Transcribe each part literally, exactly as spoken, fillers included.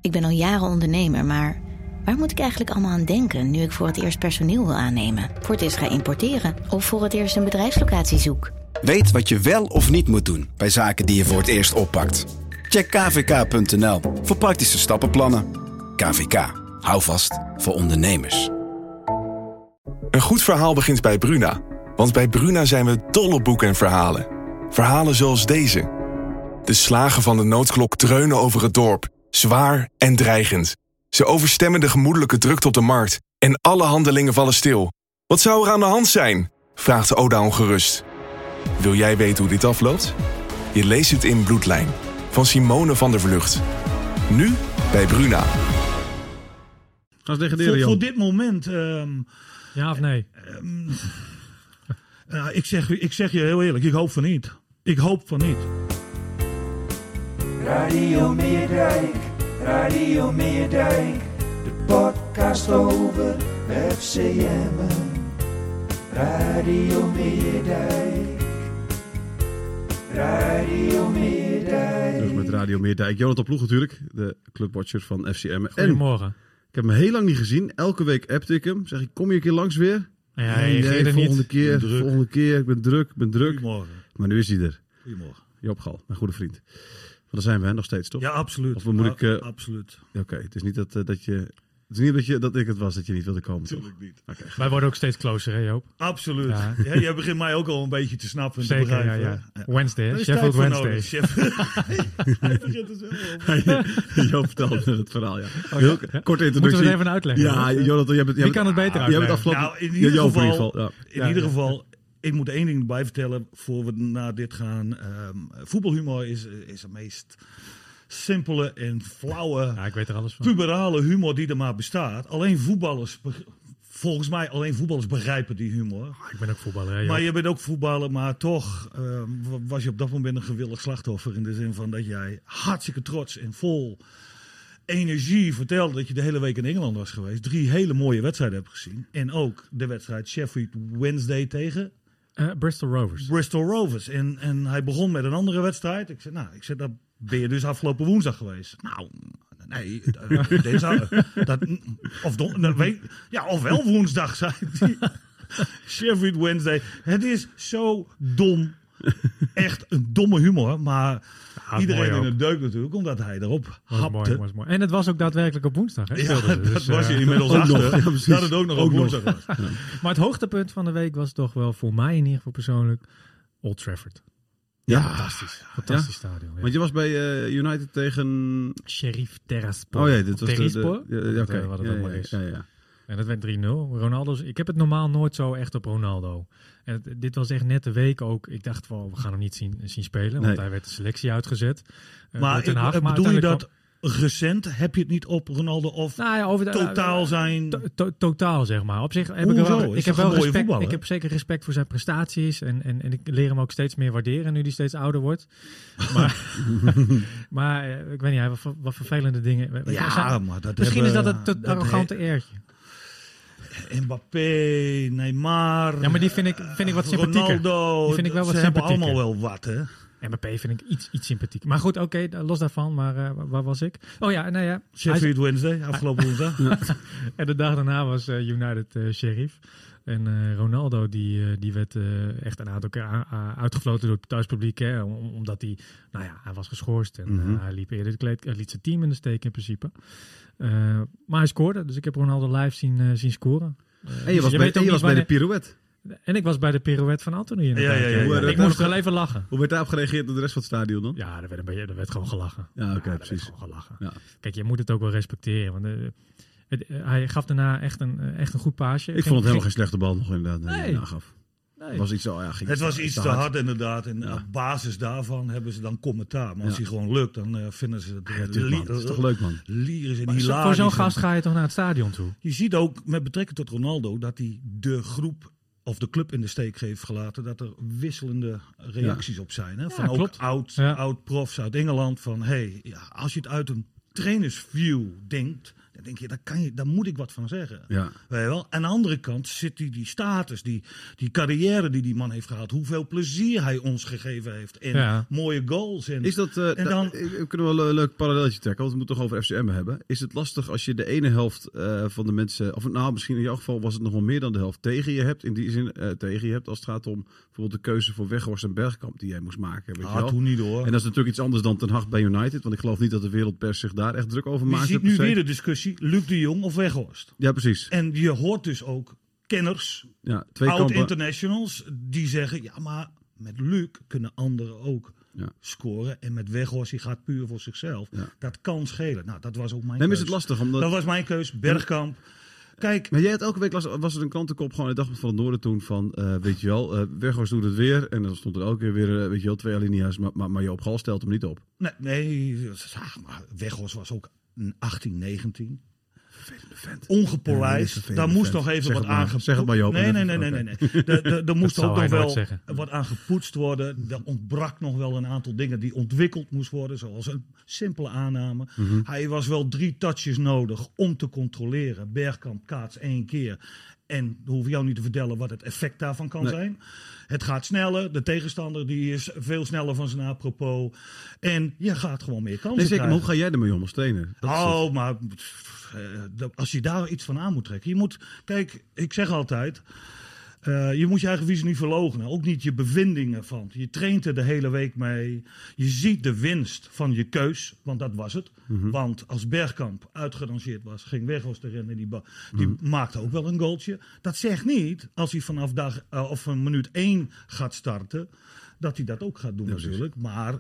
Ik ben al jaren ondernemer, maar waar moet ik eigenlijk allemaal aan denken nu ik voor het eerst personeel wil aannemen, voor het eerst ga importeren of voor het eerst een bedrijfslocatie zoek? Weet wat je wel of niet moet doen bij zaken die je voor het eerst oppakt. Check k v k punt n l voor praktische stappenplannen. K V K. Hou vast voor ondernemers. Een goed verhaal begint bij Bruna. Want bij Bruna zijn we dol op boeken en verhalen. Verhalen zoals deze. De slagen van de noodklok dreunen over het dorp. Zwaar en dreigend. Ze overstemmen de gemoedelijke drukte op de markt. En alle handelingen vallen stil. Wat zou er aan de hand zijn? Vraagt Oda ongerust. Wil jij weten hoe dit afloopt? Je leest het in Bloedlijn. Van Simone van der Vlucht. Nu bij Bruna. Gaan ze degraderen, voor, Jan? voor dit moment... Um, ja of nee? Um, uh, ik, zeg, ik zeg je heel eerlijk, ik hoop van niet. Ik hoop van niet. Radio Meerdijk, Radio Meerdijk. De podcast over F C Emmen. Radio Meerdijk. Radio Meerdijk. Terug met Radio Meerdijk. Jonathan Ploeg natuurlijk, de clubwatcher van F C Emmen. Goedemorgen. En ik heb hem heel lang niet gezien. Elke week appte ik hem. Zeg ik, kom je een keer langs weer? Ja, nee, je nee, volgende niet. keer, volgende keer. Ik ben druk, ik ben druk. Goedemorgen. Maar nu is hij er. Goedemorgen. Joop Gal, mijn goede vriend. Want daar zijn we hè, nog steeds, toch? Ja, absoluut. Of moet ik, uh, absoluut. Oké, okay, het is niet dat, uh, dat je... Het is niet dat, je, dat ik het was dat je niet wilde komen, Tuurlijk toch? niet. Okay, Wij worden ook steeds closer, hè Joop? Absoluut. Ja. Ja, jij begint mij ook al een beetje te snappen en Zeker, te begrijpen. Ja, ja. Wednesday, hè? Sheffield Wednesday. Chef... Hij begint er zelf over. Joop vertelde het verhaal, ja. Oh, Heel ja? Korte introductie. Moeten we het even uitleggen? Ja, Jonathan, jij bent... Wie kan het beter ah, uitleggen? Afgelopen... Nou, in ieder ja, geval... In ieder geval, ja. in ja, ieder ja. geval ik moet één ding erbij vertellen voor we naar dit gaan. Um, voetbalhumor is, is de meest... simpele en flauwe, ja, ik weet er alles van. puberale humor die er maar bestaat. Alleen voetballers, volgens mij alleen voetballers begrijpen die humor. Oh, ik ben ook voetballer. Hè, maar je bent ook voetballer, maar toch uh, was je op dat moment een gewillig slachtoffer. In de zin van dat jij hartstikke trots en vol energie vertelde dat je de hele week in Engeland was geweest. Drie hele mooie wedstrijden hebt gezien. En ook de wedstrijd Sheffield Wednesday tegen... Uh, Bristol Rovers. Bristol Rovers. En, en hij begon met een andere wedstrijd. Ik zei, nou, ik zei, dat ben je dus afgelopen woensdag geweest. Nou, nee, dinsdag. Dat, of, don, weet, ja, of wel woensdag, zei hij. Sheffield Wednesday. Het is zo dom. Echt een domme humor, maar ja, iedereen in het deuk natuurlijk, omdat hij erop was hapte. Mooi, was mooi. En het was ook daadwerkelijk op woensdag. Hè? Ja, dat dus, was je uh, inmiddels achter. Nog, ja, dat het ook nog ook op woensdag was. Ja. Maar het hoogtepunt van de week was toch wel voor mij in ieder geval persoonlijk Old Trafford. Ja, ja fantastisch. Fantastisch ja. stadion. Ja. Want je was bij uh, United tegen... Sheriff Tiraspol. Oh ja, dit was Tiraspol? de... de, de ja, okay. Wat het ja, ook ja, maar is. Ja, ja. En dat werd drie nul. Ronaldo's. Ik heb het normaal nooit zo echt op Ronaldo. En het, dit was echt net de week ook. Ik dacht van, we gaan hem niet zien, zien spelen. Want nee. hij werd de selectie uitgezet. Maar, uh, Haag, maar bedoel je dat kwam... recent? Heb je het niet op Ronaldo of nou ja, over de, totaal zijn... To, to, totaal, zeg maar. Op zich heb Hoezo? ik wel, ik heb wel respect. Voetbal, ik heb zeker respect voor zijn prestaties. En, en, en ik leer hem ook steeds meer waarderen nu hij steeds ouder wordt. Maar, maar ik weet niet, hij wat, wat vervelende dingen. Ja, zijn, maar dat misschien hebben, is dat het dat arrogante he- eertje. Mbappé, Neymar. Ja, maar die vind ik, vind ik wat sympathieker. Ronaldo. Die vind ik wel wat ze sympathieker. hebben allemaal wel wat, hè? Mbappé vind ik iets, iets sympathiek. Maar goed, oké, okay, los daarvan. Maar uh, waar was ik? Oh ja, nou ja. Sheffield Wednesday, afgelopen woensdag. Ja. En de dag daarna was uh, United uh, Sheriff. En uh, Ronaldo, die, uh, die werd uh, echt een aantal keer a- a- uitgefloten door het thuispubliek. Hè, om, omdat hij, nou ja, hij was geschorst. En mm-hmm. uh, hij liep eerder de kleed, uh, liet zijn team in de steek in principe. Uh, maar hij scoorde, dus ik heb Ronaldo live zien, uh, zien scoren. Uh, en je dus was, je bij, weet en je was bij de pirouette. En ik was bij de pirouette van Anthony in de ja, ja, ja, ja. Ik moest wel even lachen. Hoe werd daarop gereageerd door de rest van het stadion dan? Ja, er werd, een beetje, er werd gewoon gelachen. Ja, oké, okay, ja, precies. Gewoon gelachen. Ja. Kijk, je moet het ook wel respecteren. Want, uh, het, uh, hij gaf daarna echt een, uh, echt een goed paasje. Ik ging, vond het helemaal ging... geen slechte bal nog inderdaad. Nee, nee. nagaf. Nee. Het was iets, oh ja, ging het was iets te hard, hard inderdaad. En ja. op basis daarvan hebben ze dan commentaar. Maar als ja. hij gewoon lukt, dan uh, vinden ze het... Ja, tuurlijk, li- dat is toch leuk, man. Lyrisch en maar hilarisch. Voor zo'n gast ga je toch naar het stadion toe? Je ziet ook, met betrekking tot Ronaldo, dat hij de groep of de club in de steek heeft gelaten. Dat er wisselende reacties ja. op zijn. Hè? Van ja, ook oud, ja. oud profs uit Engeland. Van, hey, ja, als je het uit een trainersview denkt... Dan denk je, daar, kan je, daar moet ik wat van zeggen. Ja. Weet je wel? Aan de andere kant zit die, die status, die, die carrière die die man heeft gehad. Hoeveel plezier hij ons gegeven heeft. En Ja. mooie goals. En, Is dat, uh, en dan, da- we kunnen wel een leuk parallelletje trekken, want we moeten toch over F C Emmen hebben. Is het lastig als je de ene helft uh, van de mensen, of nou misschien in jouw geval was het nog wel meer dan de helft tegen je hebt, in die zin uh, tegen je hebt als het gaat om bijvoorbeeld de keuze voor Weghorst en Bergkamp die jij moest maken. Weet je ah, wel? toen niet hoor. En dat is natuurlijk iets anders dan Ten Hag bij United, want ik geloof niet dat de wereldpers zich daar echt druk over je maakt. ziet nu weer de discussie, Luc de Jong of Weghorst. Ja, precies. En je hoort dus ook kenners, Ja, twee kampen. oud-internationals, die zeggen, ja maar met Luc kunnen anderen ook Ja. scoren. En met Weghorst, die gaat puur voor zichzelf. Ja. Dat kan schelen. Nou, dat was ook mijn Nee, maar keus. is het lastig omdat... Dat was mijn keus, Bergkamp. Kijk, Maar jij had elke week, las, was er een krantenkop gewoon in de Dagblad van het Noorden toen van, uh, weet je wel, uh, Weghorst doet het weer. En dan stond er elke keer weer, uh, weet je wel, twee alinea's, maar, maar, maar Joop Gal stelt hem niet op. nee, nee maar Weghorst was ook achttien, negentien. Vervelende vent. Ongepolijst. Ja, dat is een Daar moest vent. nog even Zeg wat het maar. aangepoetst Zeg het maar, Joop. Nee, nee, nee, nee, nee, nee. Er- er- Er moest zou ook hij nog nooit wel zeggen. wat aan gepoetst worden. Er ontbrak nog wel een aantal dingen die ontwikkeld moest worden. Zoals een simpele aanname. Mhm. Hij was wel drie touches nodig om te controleren. Bergkamp kaats één keer. En we hoeven jou niet te vertellen wat het effect daarvan kan Nee. zijn. Het gaat sneller. De tegenstander die is veel sneller van zijn apropos. En je gaat gewoon meer kansen Nee, zeker, maar krijgen. hoe ga jij ermee om als trainer? Dat is het. Oh, maar pff, eh, de- als je daar iets van aan moet trekken. Je moet, kijk, ik zeg altijd, eh, je moet je eigen visie niet verloochenen. Ook niet je bevindingen van. Je traint er de hele week mee. Je ziet de winst van je keus, want dat was het. Mhm. Want als Bergkamp uitgerangeerd was, ging Weghorst erin en die, ba- die Mhm. maakte ook wel een goaltje. Dat zegt niet, als hij vanaf dag eh, of van minuut één gaat starten, dat hij dat ook gaat doen Ja, precies. natuurlijk. Maar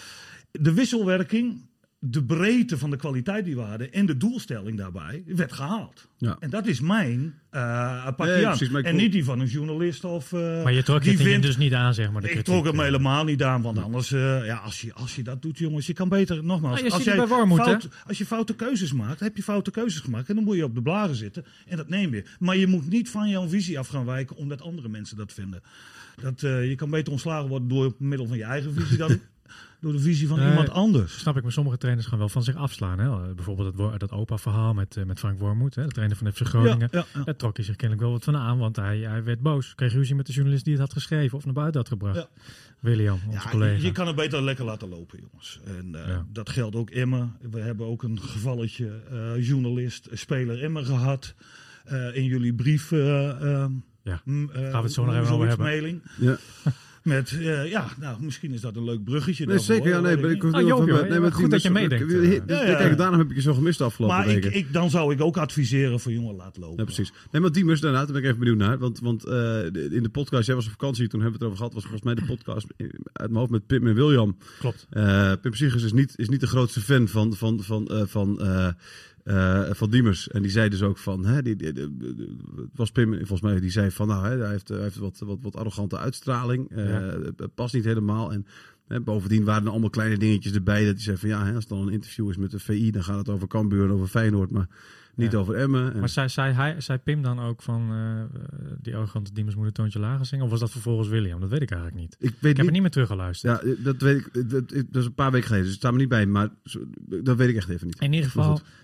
de wisselwerking, de breedte van de kwaliteit die we hadden en de doelstelling daarbij werd gehaald. Ja. En dat is mijn uh, pakje Nee, aan. precies, maar ik En wil- niet die van een journalist of uh, Maar je trok die je het vindt, dus niet aan, zeg maar. De ik kritiek, trok hem eh. helemaal niet aan, want anders, uh, ja, als je, als je dat doet, jongens, je kan beter, nogmaals, Nou, je als, ziet jij het bij Wormoed, fout, hè? als je foute keuzes maakt, heb je foute keuzes gemaakt en dan moet je op de blaren zitten en dat neem je. Maar je moet niet van jouw visie af gaan wijken omdat andere mensen dat vinden. Dat, uh, je kan beter ontslagen worden door middel van je eigen visie dan door de visie van Nee, iemand anders. Snap ik, maar sommige trainers gaan wel van zich afslaan. Hè? Bijvoorbeeld het, wo- dat opa-verhaal met, uh, met Frank Wormoed, hè? De trainer van F C Groningen. Ja, ja, ja. Daar trok hij zich kennelijk wel wat van aan, want hij, hij werd boos. Kreeg ruzie met de journalist die het had geschreven of naar buiten had gebracht. Ja. William, onze Ja, collega. je, je kan het beter lekker laten lopen, jongens. En uh, Ja. dat geldt ook Emmen. We hebben ook een gevalletje uh, journalist, speler Emmen gehad. Uh, in jullie brief. Uh, uh, Ja, m- uh, gaan we het zo nog even over hebben. mailing. Ja. Met, uh, ja, nou, misschien is dat een leuk bruggetje. Nee, daarvoor, zeker. Ja, nee, weet maar ik ik niet. Ah, Joop, joh, nee, maar goed die dat je mensen- meedenkt, ik- eh. ik- Ja, ja. Kijk, daarom heb ik je zo gemist de afgelopen Maar ik, weken. ik, dan zou ik ook adviseren voor jongen, laat lopen. Ja, precies. Nee, maar Diemers, daarna, daar ben ik even benieuwd naar. Want, want uh, de- in de podcast, jij was op vakantie, toen hebben we het erover gehad, was volgens mij de podcast uit mijn hoofd met Pim en William. Klopt. Uh, Pim Psychus is niet, is niet de grootste fan van, van, van, uh, van, uh, uh, van Diemers. En die zei dus ook van, hè, die, die, die- die- het was Pim volgens mij, die zei van, nou, hè, hij heeft, hij heeft wat, wat, wat arrogante uitstraling. Uh, Ja. Het past niet helemaal. En hè, bovendien waren er allemaal kleine dingetjes erbij. Dat hij zei van, ja, hè, als het dan een interview is met de V I, dan gaat het over Cambuur en over Feyenoord, maar niet Ja. over Emmen. En, Maar zei, zei, hij, zei Pim dan ook van uh, die arrogante Diemers moet een toontje lager zingen? Of was dat vervolgens William? Dat weet ik eigenlijk niet. ik weet Ik heb niet, er niet meer teruggeluisterd. ja, dat weet ik. Dat, dat is een paar weken geleden, dus het staat me niet bij, maar zo- dat weet ik echt even niet. In ieder Maar geval, goed.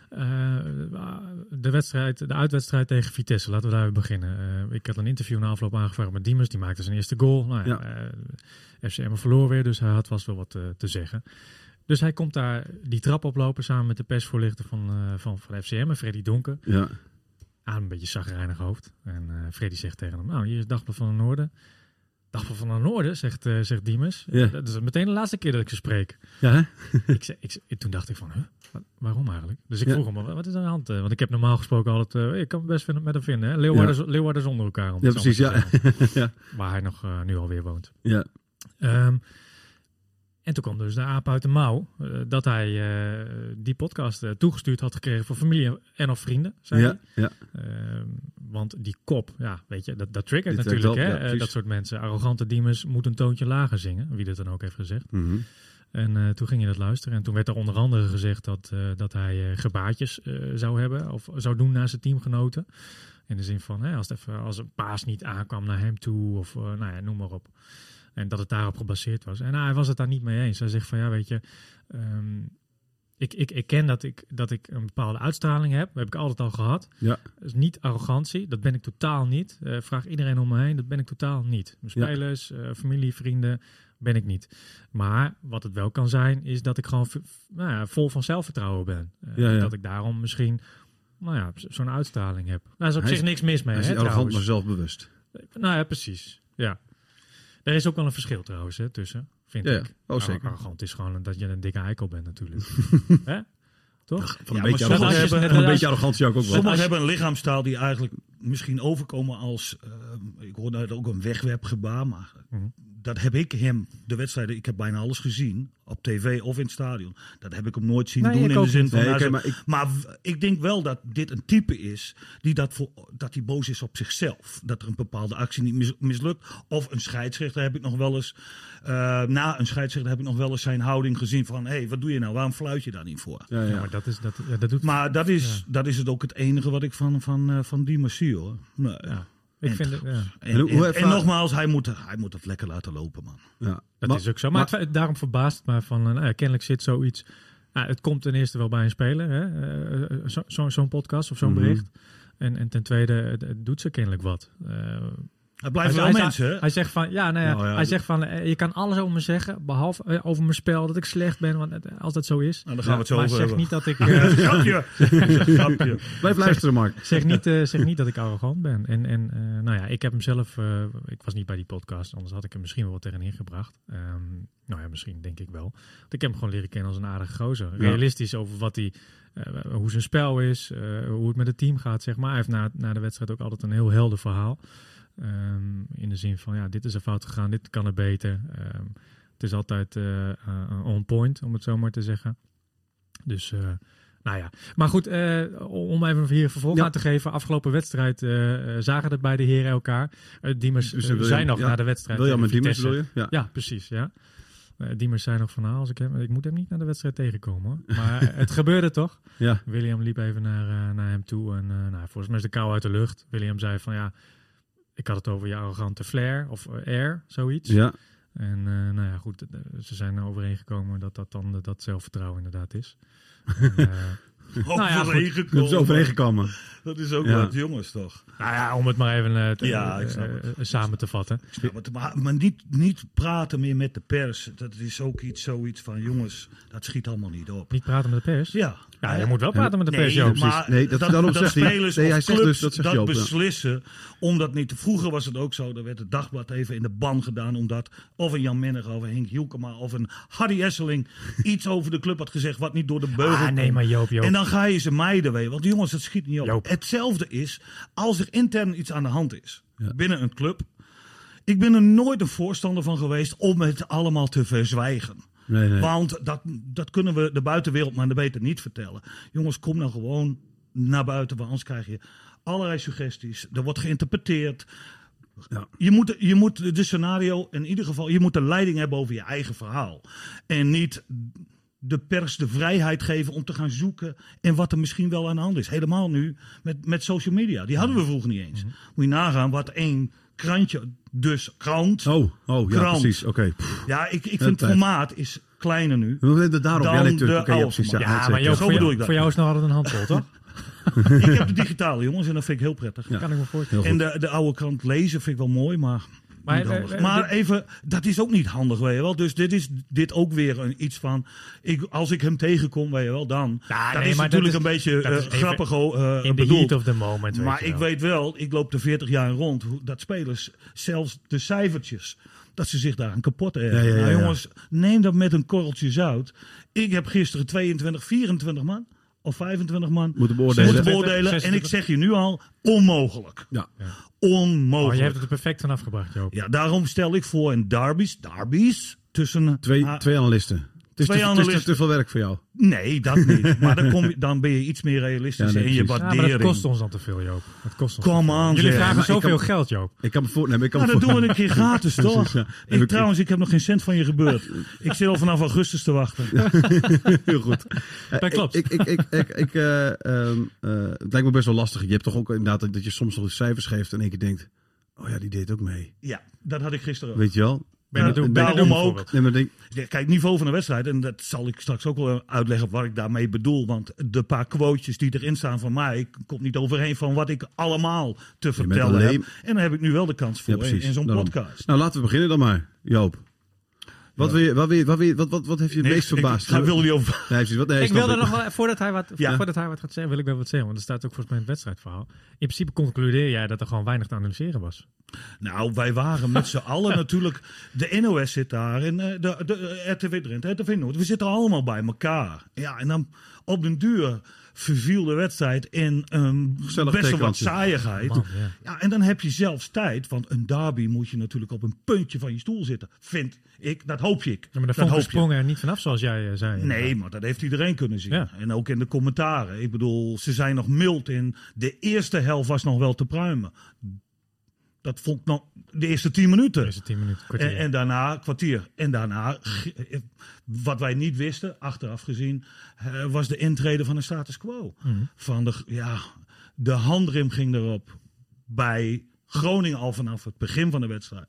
uh, de, wedstrijd, de uitwedstrijd tegen Vitesse, laten we daar beginnen. Uh, ik had een interview na afloop aangevraagd met Diemers, die maakte zijn eerste goal. Nou, ja, Ja. uh, F C Emmen verloor weer, dus hij had vast wel wat uh, te zeggen. Dus hij komt daar die trap oplopen samen met de persvoorlichter van, uh, van, van F C Emmen, Freddy Donker. Ja. Aan een beetje zagrijnig hoofd. En uh, Freddy zegt tegen hem, nou hier is het Dagblad van het Noorden. Dagblad van het Noorden, zegt, uh, zegt Diemers. Ja. Dat is meteen de laatste keer dat ik ze spreek. Ja, hè? ik, zei- ik, zei- toen dacht ik van, huh? Wat- waarom eigenlijk? Dus ik Ja. vroeg hem, wat is er aan de hand? Uh, Want ik heb normaal gesproken altijd, uh, ik kan het best vinden met hem vinden. Hè? Leeuwarden, Leeuwarden zonder elkaar. Om Ja, het zo precies, maar ja. te zeggen. ja. Waar hij nog uh, nu alweer woont. Ja. Um, en toen kwam dus de aap uit de mouw. Uh, dat hij uh, die podcast uh, toegestuurd had gekregen voor familie en of vrienden, zei Ja, hij. ja. Um, want die kop, ja, weet je, dat, dat triggert Die natuurlijk. trekt Hè? op, ja, Uh, precies. dat soort mensen. Arrogante Diemers moet een toontje lager zingen. Wie dat dan ook heeft gezegd. Mhm. En uh, toen ging je dat luisteren. En toen werd er onder andere gezegd dat, uh, dat hij uh, gebaatjes uh, zou hebben. Of zou doen naar zijn teamgenoten. In de zin van, hè, als, het even, als een paas niet aankwam naar hem toe. Of uh, nou ja, noem maar op. En dat het daarop gebaseerd was. En uh, hij was het daar niet mee eens. Hij zegt van, ja, weet je... Um, Ik, ik, ik ken dat ik, dat ik een bepaalde uitstraling heb. Dat heb ik altijd al gehad. Ja. Dat is niet arrogantie. Dat ben ik totaal niet. Uh, vraag iedereen om me heen. Dat ben ik totaal niet. Mijn spelers, ja. uh, familie, vrienden, ben ik niet. Maar wat het wel kan zijn, is dat ik gewoon v- nou ja, vol van zelfvertrouwen ben. Uh, ja, ja. Dat ik daarom misschien nou ja, zo'n uitstraling heb. Daar is op hij zich is, niks mis mee. Hij is hè, arrogant, trouwens. maar zelfbewust. Nou ja, precies. Ja. Er is ook wel een verschil trouwens hè, tussen, vind ja, ik. Ja. Oh, zeker. Arrogant is gewoon dat je een dikke eikel bent natuurlijk. Hè? Toch? Van een ja, beetje sommigen arrogantie, hebben, een beetje arrogantie ook wel. Sommigen hebben een lichaamstaal die eigenlijk misschien overkomen als... Uh, ik hoor dat ook een wegwerpgebaar, maar mm-hmm. dat heb ik hem, de wedstrijden, ik heb bijna alles gezien, op tv of in het stadion. Dat heb ik hem nooit zien nee, doen in de zin van... Nee, okay, maar, ik... maar ik denk wel dat dit een type is die dat, voor, dat die boos is op zichzelf. Dat er een bepaalde actie niet mis, mislukt. Of een scheidsrechter heb ik nog wel eens... Uh, na een scheidsrechter heb ik nog wel eens zijn houding gezien van... hé, hey, wat doe je nou? Waarom fluit je daar niet voor? Ja, ja. ja maar dat is, dat, ja, dat doet... Maar dat is, ja. dat is het ook het enige wat ik van, van, uh, van Diemers zie, hoor. Nee, ja. Ik en, vind het, ja. en, en, en, en nogmaals, hij moet, hij moet het lekker laten lopen, man. Ja, dat maar, is ook zo. Maar, maar het, daarom verbaast het me van... Nou ja, kennelijk zit zoiets... Nou, het komt ten eerste wel bij een speler, hè? Uh, zo, zo, zo'n podcast of zo'n mm-hmm. bericht. En, en ten tweede, het, het doet ze kennelijk wat. Uh, Het blijven hij, wel hij, mensen, hij, hè? hij zegt van, ja, nou ja, nou ja hij zegt van, je kan alles over me zeggen, behalve uh, over mijn spel, dat ik slecht ben, want het, als dat zo is. Nou, dan gaan we het zo maar over zeg hebben. niet dat ik... Uh, grapje. grapje. Blijf luisteren, Mark. Zeg niet, uh, zeg niet dat ik arrogant ben. En, en uh, nou ja, ik heb hem zelf, uh, ik was niet bij die podcast, anders had ik hem misschien wel wat tegenin gebracht. Um, nou ja, misschien denk ik wel. Want ik heb hem gewoon leren kennen als een aardige gozer. Ja. Realistisch over wat hij, uh, hoe zijn spel is, uh, hoe het met het team gaat, zeg maar. Hij heeft na, na de wedstrijd ook altijd een heel helder verhaal. Um, in de zin van, ja, dit is er fout gegaan, dit kan er beter. Um, het is altijd uh, uh, on point, om het zo maar te zeggen. Dus, uh, nou ja. Maar goed, uh, om even hier vervolg ja. aan te geven. Afgelopen wedstrijd uh, zagen de beide heren elkaar. Uh, Diemers dus, uh, zijn nog ja. na de wedstrijd. Wil je met Diemers, wil je? Ja, ja precies, ja. Uh, Diemers zei nog van, nou, als ik hem, ik moet hem niet naar de wedstrijd tegenkomen, hoor. Maar het gebeurde toch? Ja. William liep even naar, uh, naar hem toe. En uh, nou, volgens mij is de kou uit de lucht. William zei van, ja... Ik had het over je arrogante flair of air, zoiets. Ja. En uh, nou ja, goed, ze zijn er overeengekomen dat dat dan dat zelfvertrouwen inderdaad is. En, uh, overeengekomen. Nou ja, overeengekomen. Dat is ook ja. wat jongens, toch? Nou ja, om het maar even uh, te, ja, uh, uh, samen te vatten. Het, maar maar niet, niet praten meer met de pers. Dat is ook iets, zoiets van, jongens, dat schiet allemaal niet op. Niet praten met de pers? Ja. Ja, je moet wel praten met de pers, nee, Joop. Maar nee, dat, dat, dat zegt spelers hij, nee, hij zegt dus, dat, zegt dat Joop, beslissen, ja. Omdat niet... Vroeger was het ook zo, er werd het dagblad even in de ban gedaan, omdat of een Jan Menninger of een Henk Hielkema of een Hardy Esseling iets over de club had gezegd wat niet door de beugel ah, nee, maar Joop, Joop. En dan ga je ze mijden, weet je. Want jongens, dat schiet niet op. Joop. Hetzelfde is, als er intern iets aan de hand is, ja. binnen een club. Ik ben er nooit een voorstander van geweest om het allemaal te verzwijgen. Nee, nee. Want dat, dat kunnen we de buitenwereld maar beter niet vertellen. Jongens, kom nou gewoon naar buiten, want anders krijg je allerlei suggesties. Er wordt geïnterpreteerd. Ja. Je, moet, je moet de scenario, in ieder geval, je moet de leiding hebben over je eigen verhaal. En niet de pers de vrijheid geven om te gaan zoeken en wat er misschien wel aan de hand is. Helemaal nu met, met social media. Die hadden we vroeger niet eens. Mm-hmm. Moet je nagaan wat één krantje, dus krant. Oh, oh ja, krant. Precies. Oké. Okay. Ja, ik, ik vind het formaat is kleiner nu. We hebben daarop dan ja, de okay, oude ja, precies, ja, ja, maar Joop, zo voor, bedoel jou, ik dat. voor jou is nog altijd een handvol, toch? Ik heb de digitale, jongens, en dat vind ik heel prettig. Ja. Kan ik me voorstellen. En de, de oude krant lezen vind ik wel mooi, maar... Maar, uh, uh, maar even, dat is ook niet handig, weet je wel. Dus dit is dit ook weer een, iets van... Ik, als ik hem tegenkom, weet je wel, dan... Ja, dat nee, is natuurlijk dat is, een beetje uh, grappig uh, in the heat of the moment. Maar weet ik wel. weet wel, ik loop er veertig jaar rond... dat spelers, zelfs de cijfertjes... dat ze zich daar aan kapot ergeren. Ja, ja, ja, nou jongens, neem dat met een korreltje zout. Ik heb gisteren tweeëntwintig, vierentwintig man... of vijfentwintig man moeten beoordelen. Moeten beoordelen. En ik zeg je nu al, onmogelijk. Ja. Ja. Onmogelijk. Oh, je hebt het er perfect van afgebracht, Joop. Ja, daarom stel ik voor in derbies, derbies tussen... Twee, uh, twee analisten. Het is, twee te, analisten. Het is te veel werk voor jou. Nee, dat niet. Maar dan, kom je, dan ben je iets meer realistisch ja, nee, in je waardering. Ja, maar dat kost ons dan te veel, Joop. Dat kost ons Kom aan, Jullie zeg. vragen maar zoveel kan, geld, Joop. Ik kan me voor... Nee, maar ik kan nou, me dat voor... doen we een keer gratis, toch? Precies, ja. ik, trouwens, ik heb nog geen cent van je gebeurd. Ik zit al vanaf augustus te wachten. Heel goed. Dat klopt. Ik, ik, ik, ik, ik, uh, um, uh, het lijkt me best wel lastig. Je hebt toch ook inderdaad dat je soms nog de cijfers geeft en één keer denkt... Oh ja, die deed ook mee. Ja, dat had ik gisteren ook. Weet je wel? Ben je Uh, doen, daarom doen, ook. Nee, maar denk, Ja, kijk, niveau van de wedstrijd, en dat zal ik straks ook wel uitleggen wat ik daarmee bedoel. Want de paar quotejes die erin staan van mij, komt niet overheen van wat ik allemaal te vertellen alleen- heb. En daar heb ik nu wel de kans voor Ja, in, precies. in zo'n Daarom. podcast. nou, laten we beginnen dan maar, Joop. Wat, Ja. wil je, wat, wil je, wat, wil je, wat, wat, wat heeft je het Nee, meest verbaasd? Ik, ik wil niet over. Nee, precies, wat, nee, Ik snap wilde nog wel, voordat hij, wat, Ja. voordat hij wat gaat zeggen, wil ik wel wat zeggen. Want er staat ook volgens mij in het wedstrijdverhaal. In principe concludeer jij dat er gewoon weinig te analyseren was. Nou, wij waren met z'n allen natuurlijk. De N O S zit daar en eh, de, de R T W Drenthe, R T W Noord. We zitten allemaal bij elkaar. Ja, en dan op den duur verviel de wedstrijd in een Gezellig best wel wat tekenlandje. saaiigheid. Man, ja. Ja, en dan heb je zelfs tijd, want een derby moet je natuurlijk op een puntje van je stoel zitten. Vind ik, dat hoop ik. Ja, maar de dat vonken hoop je. sprongen er niet vanaf, zoals jij uh, zei. Nee, maar dat heeft iedereen kunnen zien. Ja. En ook in de commentaren. Ik bedoel, ze zijn nog mild in. De eerste helft was nog wel te pruimen. Dat vond ik nog de eerste tien minuten. De eerste tien minuten, kwartier. En, en daarna kwartier. En daarna, wat wij niet wisten, achteraf gezien, eh, was de intrede van de status quo. Mhm. Van de, ja, de handrem ging erop bij Groningen al vanaf het begin van de wedstrijd.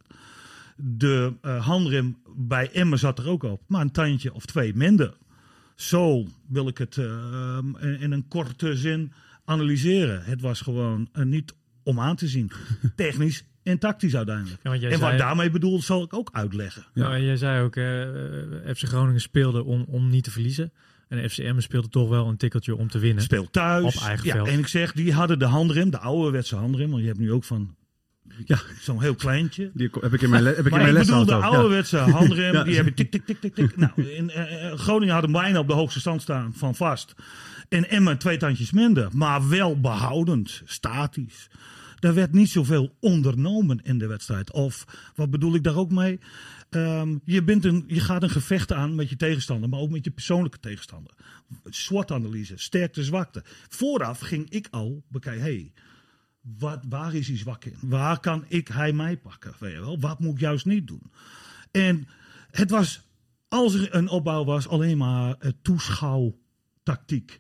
De uh, handrem bij Emmen zat er ook op, maar een tandje of twee minder. Zo wil ik het uh, in, in een korte zin analyseren. Het was gewoon uh, niet om aan te zien. Technisch en tactisch uiteindelijk. Ja, want jij en wat zei- daarmee bedoeld zal ik ook uitleggen. Ja. Nou, en jij zei ook, uh, F C Groningen speelde om, om niet te verliezen. En F C Emmen speelde toch wel een tikkeltje om te winnen. Speelt thuis. Op eigen ja, veld. en ik zeg, die hadden de handrem, de ouderwetse handrem. Want je hebt nu ook van Ja, zo'n heel kleintje. die heb ik in mijn, le- heb ik in Maar mijn ik les bedoel, de gehad ook, ja. ouderwetse handrem, Ja. die hebben tik, tik, tik, tik, tik. Nou, in uh, Groningen hadden bijna op de hoogste stand staan van vast. En Emmen twee tandjes minder, maar wel behoudend, statisch. Er werd niet zoveel ondernomen in de wedstrijd. Of, wat bedoel ik daar ook mee? Um, je, bent een, je gaat een gevecht aan met je tegenstander, maar ook met je persoonlijke tegenstander. SWOT-analyse, sterkte, zwakte. Vooraf ging ik al bekijken, hey, wat, waar is hij zwak in? Waar kan ik hij mij pakken? Weet je wel? Wat moet ik juist niet doen? En het was, als er een opbouw was, alleen maar uh, toeschouwtactiek.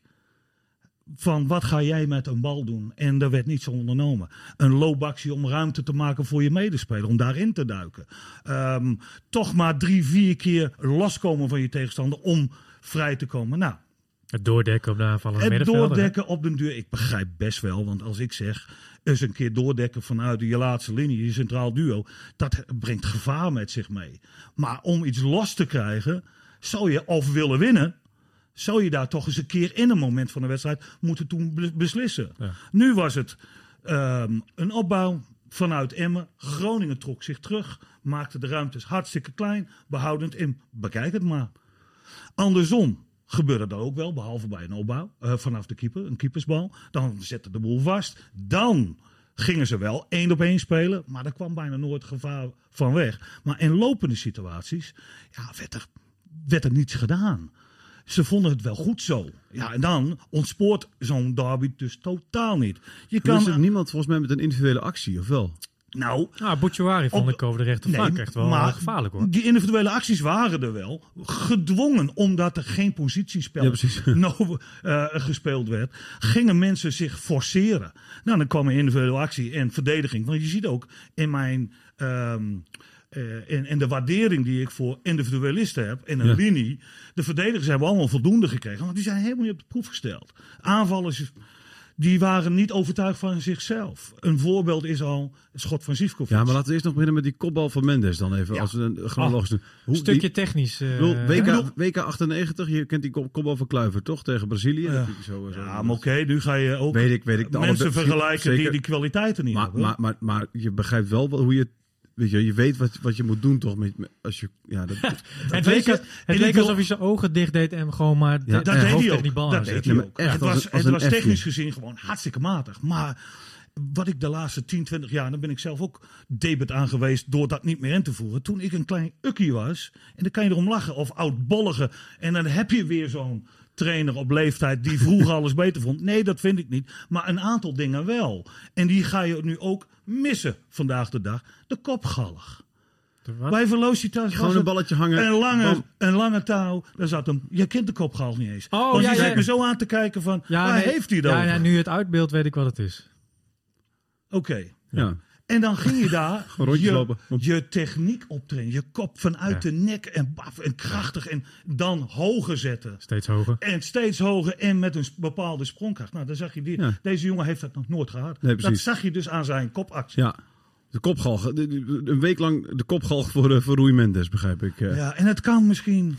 Van wat ga jij met een bal doen? En er werd niets ondernomen. Een loopactie om ruimte te maken voor je medespeler. Om daarin te duiken. Um, toch maar drie, vier keer loskomen van je tegenstander om vrij te komen. Nou, Het doordekken op de aanvallende het middenvelder. hè? doordekken op den duur. Ik begrijp best wel. Want als ik zeg, eens een keer doordekken vanuit je laatste linie. Je centraal duo. Dat brengt gevaar met zich mee. Maar om iets los te krijgen. Zou je of willen winnen. Zou je daar toch eens een keer in een moment van de wedstrijd moeten toen be- beslissen. Ja. Nu was het um, een opbouw vanuit Emmen. Groningen trok zich terug. Maakte de ruimtes hartstikke klein. Behoudend in. Bekijk het maar. Andersom gebeurde dat ook wel. Behalve bij een opbouw. Uh, vanaf de keeper. Een keepersbal. Dan zette de boel vast. Dan gingen ze wel één op één spelen. Maar daar kwam bijna nooit gevaar van weg. Maar in lopende situaties. Ja, werd er, werd er niets gedaan. Ze vonden het wel goed zo. Ja, en dan ontspoort zo'n derby dus totaal niet. Je Er is er kan, niemand volgens mij met een individuele actie, of wel? nou, Nou, Bouchouari vond Op- ik over de rechterflank echt wel maar uh, gevaarlijk hoor. Die individuele acties waren er wel. Gedwongen, omdat er geen positiespel Ja, precies. no, uh, gespeeld werd. Gingen mensen zich forceren. Nou, dan kwam een individuele actie en verdediging. Want je ziet ook in mijn... Um, Uh, in, in de waardering die ik voor individualisten heb in een Ja. linie. De verdedigers hebben allemaal voldoende gekregen. Want die zijn helemaal niet op de proef gesteld. Aanvallers die waren niet overtuigd van zichzelf. Een voorbeeld is al het schot van Zivkovic. Ja, maar laten we eerst nog beginnen met die kopbal van Mendes dan even. Ja. Als we een chronologisch doen. Hoe, Stukje die, technisch. uh, ik bedoel, W K, bedoel- W K achtennegentig, je kent die kop- kopbal van Kluivert toch? Tegen Brazilië. Ja. Dat vind ik zo, zo, Ja, maar oké, nu ga je ook Weet ik, weet ik. De mensen alle- vergelijken die zeker. die kwaliteiten niet Maar, hebben. maar, maar, maar je begrijpt wel wel hoe je... Weet je, je weet wat, wat je moet doen toch? Met, met- als je, ja, dat, het weet leek, je, het en leek ik wil- alsof hij zijn ogen dicht deed en gewoon maar de, Ja, de dat hoofd deed hij tegen ook. die bal Dat aanzette. deed hij maar ook. echt het als was, een- als het een was technisch F-je. gezien gewoon hartstikke matig. Maar wat ik de laatste tien, twintig jaar, dan ben ik zelf ook debet aan geweest door dat niet meer in te voeren. Toen ik een klein ukkie was, en dan kan je erom lachen, of oudbollige. En dan heb je weer zo'n trainer op leeftijd die vroeger alles beter vond. Nee, dat vind ik niet. Maar een aantal dingen wel. En die ga je nu ook missen vandaag de dag. De kopgallig. De wat? Bij Velocitas was gewoon een het balletje hangen. een lange, bam. een lange touw. Daar zat hem. Je kent de kopgalg niet eens. Oh, Want ja, die ja. zit me zo aan te kijken van, Ja, waar nee, heeft hij het ja, over? ja, nu het uitbeeld weet ik wat het is. Oké. Ja. En dan ging je daar rondjes je, lopen. je techniek optrainen. Je kop vanuit Ja. de nek en baf en krachtig. En dan hoger zetten. Steeds hoger. En steeds hoger en met een bepaalde sprongkracht. Nou, dan zag je die. Ja. Deze jongen heeft dat nog nooit gehad. Nee, dat precies. zag je dus aan zijn kopactie. Ja, de kopgalg. De- de- Een week lang de kopgalg voor, uh, voor Rui Mendes, begrijp ik. Uh. Ja, en het kan misschien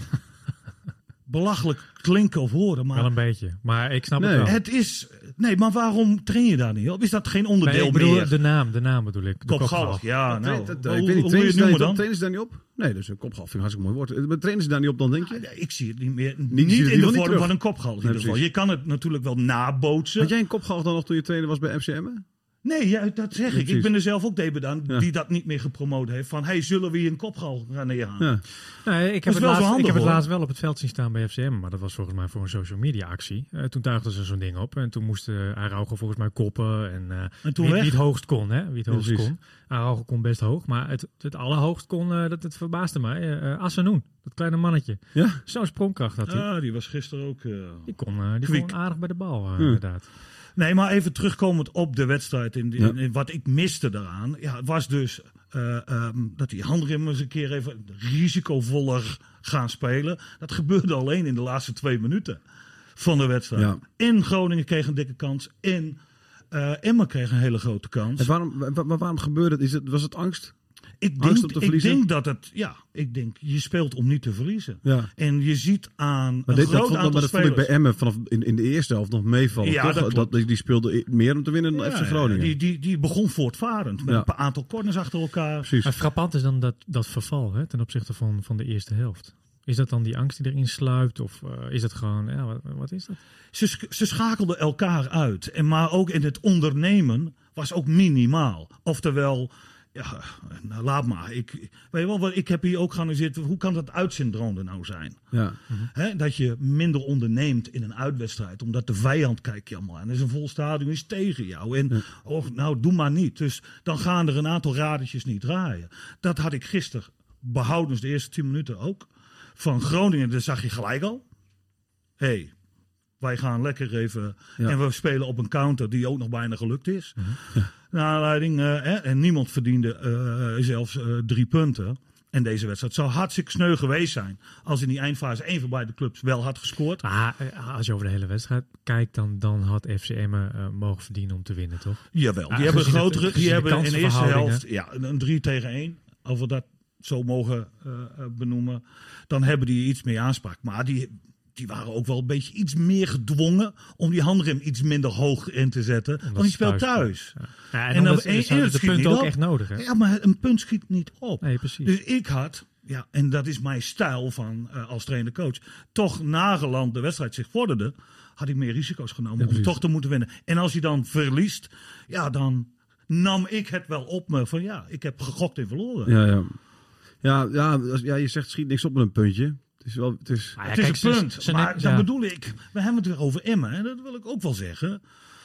belachelijk klinken of horen, Wel maar een beetje. Maar ik snap Nee. het wel. het is. Nee, maar waarom train je daar niet op? Is dat geen onderdeel Nee, ik bedoel, meer? de naam, de naam bedoel ik. De Kopgalg, ja. Nou, Dat- hoe, dat- ik hoe, weet niet, hoe trainen je ze het daar niet noemen op? dan? Trainen ze daar niet op? Nee, dus een kopgalg vind ik een hartstikke mooi woord. Maar trainen ze daar niet op dan, denk je? Ja, ik zie het niet meer. Niet- Niet, zie je het in de wel niet vorm terug. van een kopgalg in ieder geval. precies. Je kan het natuurlijk wel nabootsen. Had jij een kopgalg dan nog toen je trainer was bij F C Emmen? Nee, ja, dat zeg ik. precies. Ik ben er zelf ook debet aan Ja. die dat niet meer gepromoot heeft. Van, hey, zullen we hier een kopgalg gaan neerhalen? Ja. Nee, ik heb, is het wel zo laatst, ik handig, heb het hoor. laatst wel op het veld zien staan bij F C M. Maar dat was volgens mij voor een social media actie. Uh, toen tuigden ze zo'n ding op. En toen moest uh, Araujo volgens mij koppen. En, uh, En toen wie, weg? wie het hoogst kon, hè? Wie het Ja, hoogst precies. kon. Araujo kon best hoog. Maar het, het allerhoogst kon, uh, dat het verbaasde mij. Uh, Assenoen, dat kleine mannetje. Ja? Zo'n sprongkracht had hij. Ja, die was gisteren ook... uh, Die kon, uh, die Kwiek. kon aardig bij de bal, uh, Hmm. inderdaad. Nee, maar even terugkomend op de wedstrijd. In, in, Ja. in wat ik miste daaraan. Ja, was dus uh, um, dat die handrem eens een keer even risicovoller gaan spelen. Dat gebeurde alleen in de laatste twee minuten van de wedstrijd. Ja. En Groningen kreeg een dikke kans. En uh, Emma kreeg een hele grote kans. En waarom, wa- wa- waarom gebeurde het? Is het? Was het angst? Ik angst denk, om te ik verliezen? denk dat het... Ja, ik denk, je speelt om niet te verliezen. Ja. En je ziet aan Maar een dit, dat, groot vond, aantal maar dat vond ik spelers... bij Emmen vanaf in, in de eerste helft nog meevallen. Ja, toch? dat klopt. die, die speelde meer om te winnen dan Ja, F C Groningen. Die, die, die begon voortvarend. Met Ja. een paar aantal corners achter elkaar. Precies. Maar frappant is dan dat, dat verval hè, ten opzichte van, van de eerste helft. Is dat dan die angst die erin sluipt? Of uh, is het gewoon, ja, wat, wat is dat? Ze, sch- ze schakelden elkaar uit. En maar ook in het ondernemen was ook minimaal. Oftewel, ja, nou, laat maar. Ik, weet je wel, wat- ik heb hier ook geanalyseerd. Hoe kan dat uitsyndroom er nou zijn? Ja. Hè, dat je minder onderneemt in een uitwedstrijd. Omdat de vijand kijkt je allemaal aan. Er is een vol stadion is tegen jou. En oh, nou, doe maar niet. Dus dan gaan er een aantal radertjes niet draaien. Dat had ik gisteren, behoudens de eerste tien minuten ook. Van Groningen, dat zag je gelijk al. Hé, hey, wij gaan lekker even... Ja. En we spelen op een counter die ook nog bijna gelukt is. Naar aanleiding... eh, hè, en niemand verdiende eh, zelfs eh, drie punten. En deze wedstrijd zou hartstikke sneu geweest zijn... als in die eindfase één van beide clubs wel had gescoord. Maar uh, als je over de hele wedstrijd kijkt, dan, dan had F C Emmen uh, mogen verdienen om te winnen, toch? Jawel, die Ah, hebben gezien het- grotere... gezien Die de hebben in de eerste kansenverhoudingen. helft ja, een- een drie tegen één. Als we dat zo mogen uh, uh, benoemen. Dan hebben die iets meer aanspraak. Maar die... Die waren ook wel een beetje iets meer gedwongen om die handrem iets minder hoog in te zetten. want die ze speelt thuis thuis. Ja. Ja, en, En dan dan- en- en het de schiet punten niet ook op. echt nodig, hè? Ja, maar een punt schiet niet op. Nee, precies. Dus ik had, ja, en dat is mijn stijl van uh, als trainer-coach, toch nageland de wedstrijd zich vorderde, had ik meer risico's genomen Ja, om precies. toch te moeten winnen. En als je dan verliest, ja, dan nam ik het wel op me van ja, ik heb gegokt en verloren. Ja, ja. Ja, ja, als- ja, je zegt schiet niks op met een puntje. Het is wel... Het is... Maar ja, Het is kijk, een ze- punt, ze- maar ja. dat bedoel ik. We hebben het weer over Emmen en dat wil ik ook wel zeggen.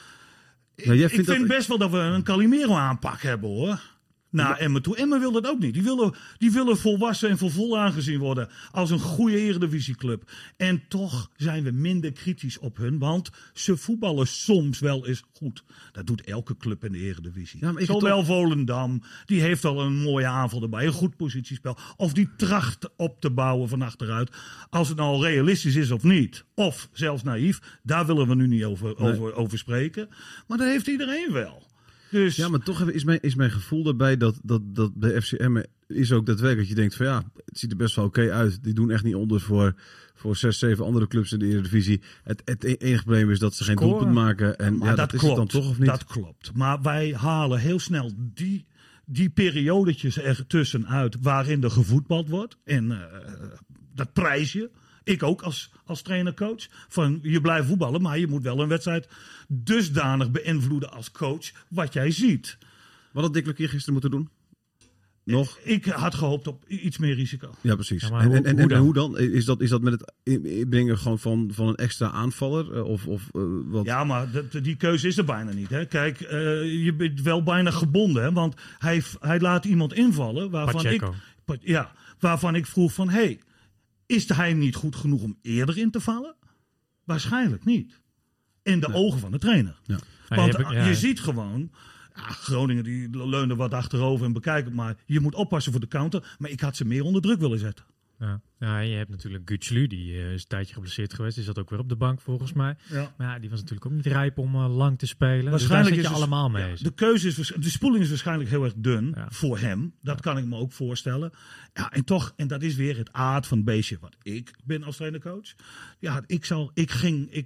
Ja, jij ik vindt vind dat- best wel dat we een Calimero aanpak hebben hoor. Naar Emmen toe. Emmen wil dat ook niet. Die willen, die willen volwassen en voor vol aangezien worden als een goede eredivisieclub. En toch zijn we minder kritisch op hun, want ze voetballen soms wel eens goed. Dat doet elke club in de eredivisie. Ja, maar ik heb Zowel Volendam, die heeft al een mooie aanval erbij, een goed positiespel. Of die tracht op te bouwen van achteruit. Als het nou realistisch is of niet. Of zelfs naïef, daar willen we nu niet over, Nee. over, over spreken. Maar dat heeft iedereen wel. Dus Ja, maar toch is mijn, is mijn gevoel daarbij dat, dat, dat bij F C Emmen is ook daadwerkelijk dat je denkt van ja, het ziet er best wel oké uit. Die doen echt niet onder voor, voor zes, zeven andere clubs in de Eredivisie. Het, het enige probleem is dat ze geen Scoren. doelpunt maken. En maar ja, dat, dat, klopt. is het dan toch of niet? Dat klopt. Maar wij halen heel snel die, die periodetjes er tussenuit waarin er gevoetbald wordt. En uh, dat prijs je. Ik ook als, als trainer-coach. Van je blijft voetballen, maar je moet wel een wedstrijd dusdanig beïnvloeden als coach wat jij ziet. Wat had Dick Lukien gisteren moeten doen? Nog? Ik had gehoopt op iets meer risico. Ja, precies. Ja, maar en, hoe- en, en, hoe en dan? hoe dan? Is dat, is dat met het inbrengen gewoon van, van een extra aanvaller? Eh, Of, of eh, wat? Ja, maar dat, die keuze is er bijna niet. Hè. Kijk, uh, je bent wel bijna gebonden. Hè, want hij, hij laat iemand invallen waarvan ik, Pacheco. ja, waarvan ik vroeg van... Hey, is hij niet goed genoeg om eerder in te vallen? Waarschijnlijk niet. In de ogen van de trainer. Ja. Ja, Want je hebt- ja, je ja. ziet gewoon... Ja, Groningen die leunde wat achterover en bekijkt het maar. Je moet oppassen voor de counter. Maar ik had ze meer onder druk willen zetten. Ja, ja, en je hebt natuurlijk Güçlü, die uh, is een tijdje geblesseerd geweest. Die zat ook weer op de bank volgens mij. Ja. Maar ja, die was natuurlijk ook niet rijp om uh, lang te spelen. Waarschijnlijk dus daar zit je is allemaal dus, mee. Ja, de keuze is, de spoeling is waarschijnlijk heel erg dun Ja. voor hem. Dat Ja. kan ik me ook voorstellen. Ja, en toch, en dat is weer het aard van het beestje wat ik ben als trainercoach. Ja, ik, zal, ik, ging, ik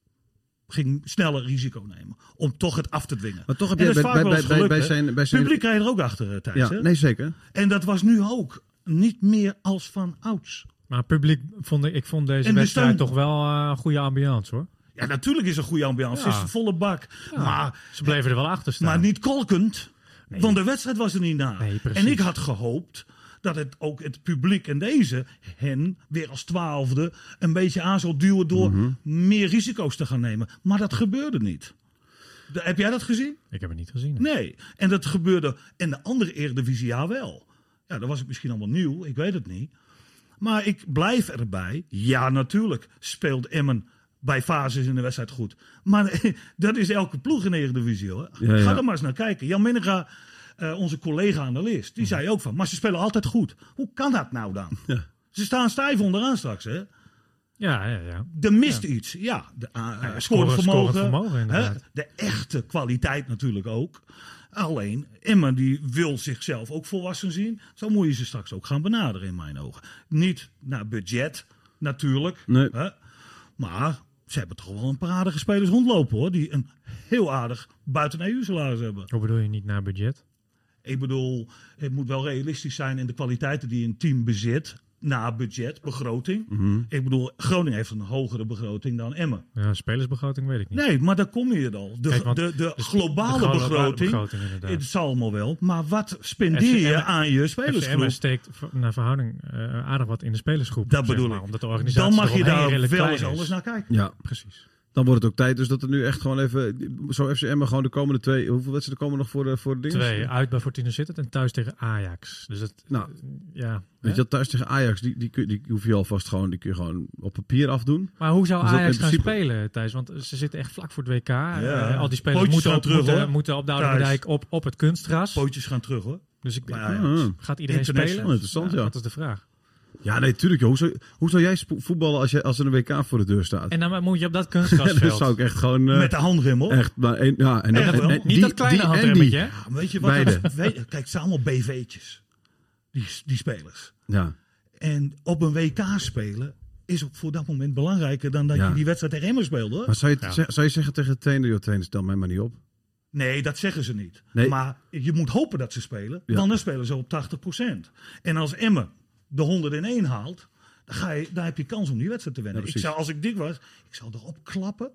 ging sneller risico nemen om toch het af te dwingen. Maar toch heb En jij dat is bij, vaak bij, wel eens bij, bij, gelukt, bij hè. zijn... Bij zijn Publiek krijg je er ook achter, uh, Thijs. ja, hè? nee, zeker. En dat was nu ook niet meer als van ouds. Maar publiek vond ik, ik vond deze En de wedstrijd steun- toch wel uh, een goede ambiance hoor. Ja, natuurlijk is er goede ambiance. Ja. Het is een volle bak. Ja, Maar, ze bleven er wel achter staan. maar niet kolkend. Nee. Want de wedstrijd was er niet na. Nee, precies. En ik had gehoopt dat het ook het publiek en deze hen weer als twaalfde een beetje aan zou duwen door Mhm. meer risico's te gaan nemen. Maar dat gebeurde niet. De, heb jij dat gezien? Ik heb het niet gezien. Nee. En dat gebeurde in de andere Eredivisie ja wel. Ja, dan was het misschien allemaal nieuw. Ik weet het niet. Maar ik blijf erbij. Ja, natuurlijk speelt Emmen bij fases in de wedstrijd goed. Maar dat is elke ploeg in de Eredivisie hoor. Ja, ja. Ga er maar eens naar kijken. Jan Minnega, uh, onze collega-analist, die zei ook van, maar ze spelen altijd goed. Hoe kan dat nou dan? Ja. Ze staan stijf onderaan straks hè. Ja, ja, ja. Er mist iets. Ja, de uh, Ja, scorend scoren- vermogen. scorend vermogen, inderdaad. Hè? De echte kwaliteit natuurlijk ook. Alleen, Emma die wil zichzelf ook volwassen zien. Zo moet je ze straks ook gaan benaderen in mijn ogen. Niet naar budget, natuurlijk. Nee. Hè? Maar ze hebben toch wel een paar aardige spelers rondlopen hoor. Die een heel aardig buiten E U-salaris hebben. Hoe bedoel je niet naar budget? Ik bedoel, het moet wel realistisch zijn in de kwaliteiten die een team bezit. Na budget, begroting. Mhm. Ik bedoel, Groningen heeft een hogere begroting dan Emmen. Ja, spelersbegroting weet ik niet. Nee, maar daar kom je al. De, Kijk, want de, de de- globale de globale begroting, begroting, inderdaad. het zal allemaal wel. Maar wat spendeer je F C M aan je F C M spelersgroep? steekt v- naar verhouding uh, aardig wat in de spelersgroep. Dat zeg bedoel maar, ik. Omdat de organisatie Dan mag je eromheen daar redelijk wel klein eens is. anders naar kijken. Ja, Precies. dan wordt het ook tijd dus dat er nu echt gewoon even... Zo F C M gewoon de komende twee... Hoeveel wedstrijden komen nog voor de, voor de dingen? Twee, uit bij Fortuna Sittard en thuis tegen Ajax. Dus het, Nou, ja. Weet je dat, thuis tegen Ajax, die, die, kun- die hoef je alvast gewoon, die kun je gewoon op papier afdoen. Maar hoe zou Dus dat Ajax in gaan principe- spelen, Thijs? Want ze zitten echt vlak voor het W K. Uh, al die spelers Pootjes moeten, gaan op, terug, moeten, hoor. moeten op de Thijs. Ouderberdijk op, op het kunstgras. Pootjes gaan terug hoor. Dus ik, Bij ik- Ajax. Ja. gaat iedereen International. spelen? Interessant, ja. Dat is de vraag. Ja, nee, tuurlijk. joh. Hoe zou, hoe zou jij spo- voetballen als, je, als er een W K voor de deur staat? En dan moet je op dat Ja, kunstgrasveld. dat zou ik echt gewoon... eh, Met de handrem hoor. echt, maar één- ja, en, Echt en- wel. en Niet die- dat kleine die en handremmetje, die. hè? Ja, weet je wat? Beide. Dat, weet, kijk, het zijn allemaal B V'tjes. Die, die spelers. Ja. En op een W K spelen is ook voor dat moment belangrijker dan dat Ja. je die wedstrijd tegen Emmen speelde hoor. Maar zou je, Ja. zeg- zou je zeggen tegen de trainer, joh, trainer, stel mij maar niet op. Nee, dat zeggen ze niet. Nee. Maar je moet hopen dat ze spelen, Ja. want dan spelen ze op tachtig procent. En als Emmen de honderdéén haalt, dan, ga je, dan heb je kans om die wedstrijd te winnen. Ja, ik precies. zou, als ik dik was, ik zou erop klappen,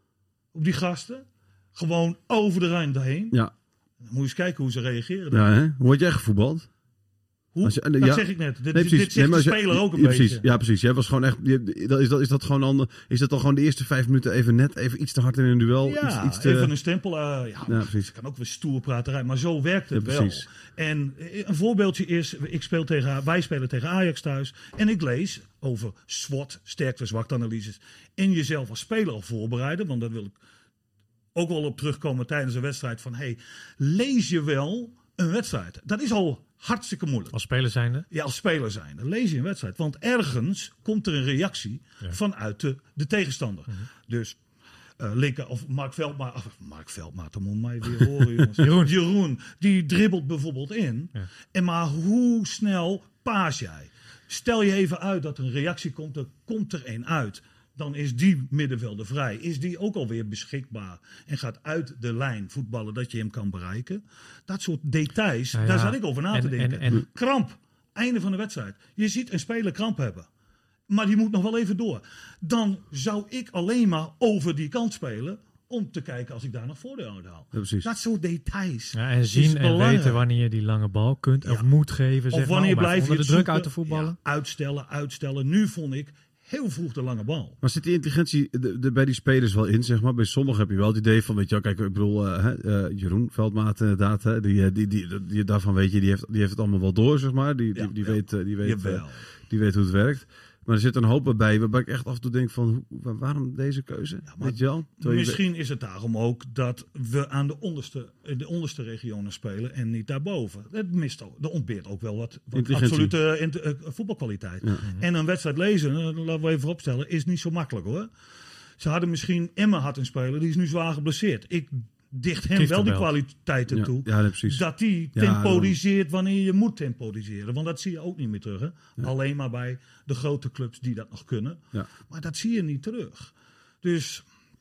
op die gasten. Gewoon over de Rijn heen. Ja, Dan moet je eens kijken hoe ze reageren. dan. ja hè? Hoe word jij gevoetbald? Hoe? Als je- dat ja. zeg ik net. Dit, Nee, dit precies. zegt Nee, maar de als je- speler ook een ja, beetje. Precies. Ja, precies. Jij was gewoon echt... je- dat- Is dat, is dat gewoon dan, is dat dan gewoon de eerste vijf minuten even net even iets te hard in een duel? Ja, iets, iets te, even een stempel. uh, ja, Ja, precies. het kan ook weer stoer praterij, maar zo werkt het Ja, wel. precies. En eh, een voorbeeldje is, ik speel tegen, wij spelen tegen Ajax thuis en ik lees over SWOT, sterkte-zwaktanalyses, en jezelf als speler al voorbereiden, want daar wil ik ook wel op terugkomen tijdens een wedstrijd van, hey, lees je wel een wedstrijd? Dat is al hartstikke moeilijk. Als speler zijnde. Ja, als speler zijn. Dan lees je een wedstrijd. Want ergens komt er een reactie Ja. vanuit de, de tegenstander. Dus uh, linker of Mark Veldmaat. Of Mark Veldmaat, dan moet mij weer horen, jongens. Jeroen. Jeroen, die dribbelt bijvoorbeeld in. Ja. En maar hoe snel paas jij? Stel je even uit dat er een reactie komt, er komt er een uit. Dan is die middenvelder vrij. Is die ook alweer beschikbaar en gaat uit de lijn voetballen dat je hem kan bereiken. Dat soort details, Nou ja, daar zat ik over na en- te denken. en- en- Kramp, einde van de wedstrijd. Je ziet een speler kramp hebben. Maar die moet nog wel even door. Dan zou ik alleen maar over die kant spelen om te kijken als ik daar nog voordeel uit haal. Ja, precies. Dat soort details. Ja, en is zien en belangrijk. weten wanneer je die lange bal kunt of Ja. moet geven. Of Zeg wanneer maar, om blijf even je onder de het druk uit te zoeken? voetballen. Ja, uitstellen, uitstellen. Nu vond ik heel vroeg de lange bal. Maar zit die intelligentie de, de, bij die spelers wel in, zeg maar? Bij sommigen heb je wel het idee van, weet je wel, kijk, ik bedoel, uh, uh, Jeroen Veldmaat inderdaad, hè, die, die, die, die, die, daarvan weet je, die heeft, die heeft het allemaal wel door, zeg maar. Die, die, Ja, die, ja. weet, uh, die, weet, uh, Jawel. die weet hoe het werkt. Maar er zit een hoop bij waarbij ik echt af en toe denk van, hoe, waarom deze keuze? Ja, maar Weet je wel? Terwijl je- Misschien is het daarom ook dat we aan de onderste, de onderste regionen spelen en niet daarboven. Het mist ook, er ontbeert ook wel wat, wat Intelligentie. absolute int- eh, voetbalkwaliteit. Ja. En een wedstrijd lezen, eh, laten we even vooropstellen, is niet zo makkelijk hoor. Ze hadden misschien Emma had een speler, die is nu zwaar geblesseerd. Ik dicht hem Geeft wel hem die wel. kwaliteiten Ja, toe. ja, nee, precies. Dat die Ja, temporiseert wanneer je moet temporiseren. Want dat zie je ook niet meer terug. Hè? Alleen maar bij de grote clubs die dat nog kunnen. Ja. Maar dat zie je niet terug. Dus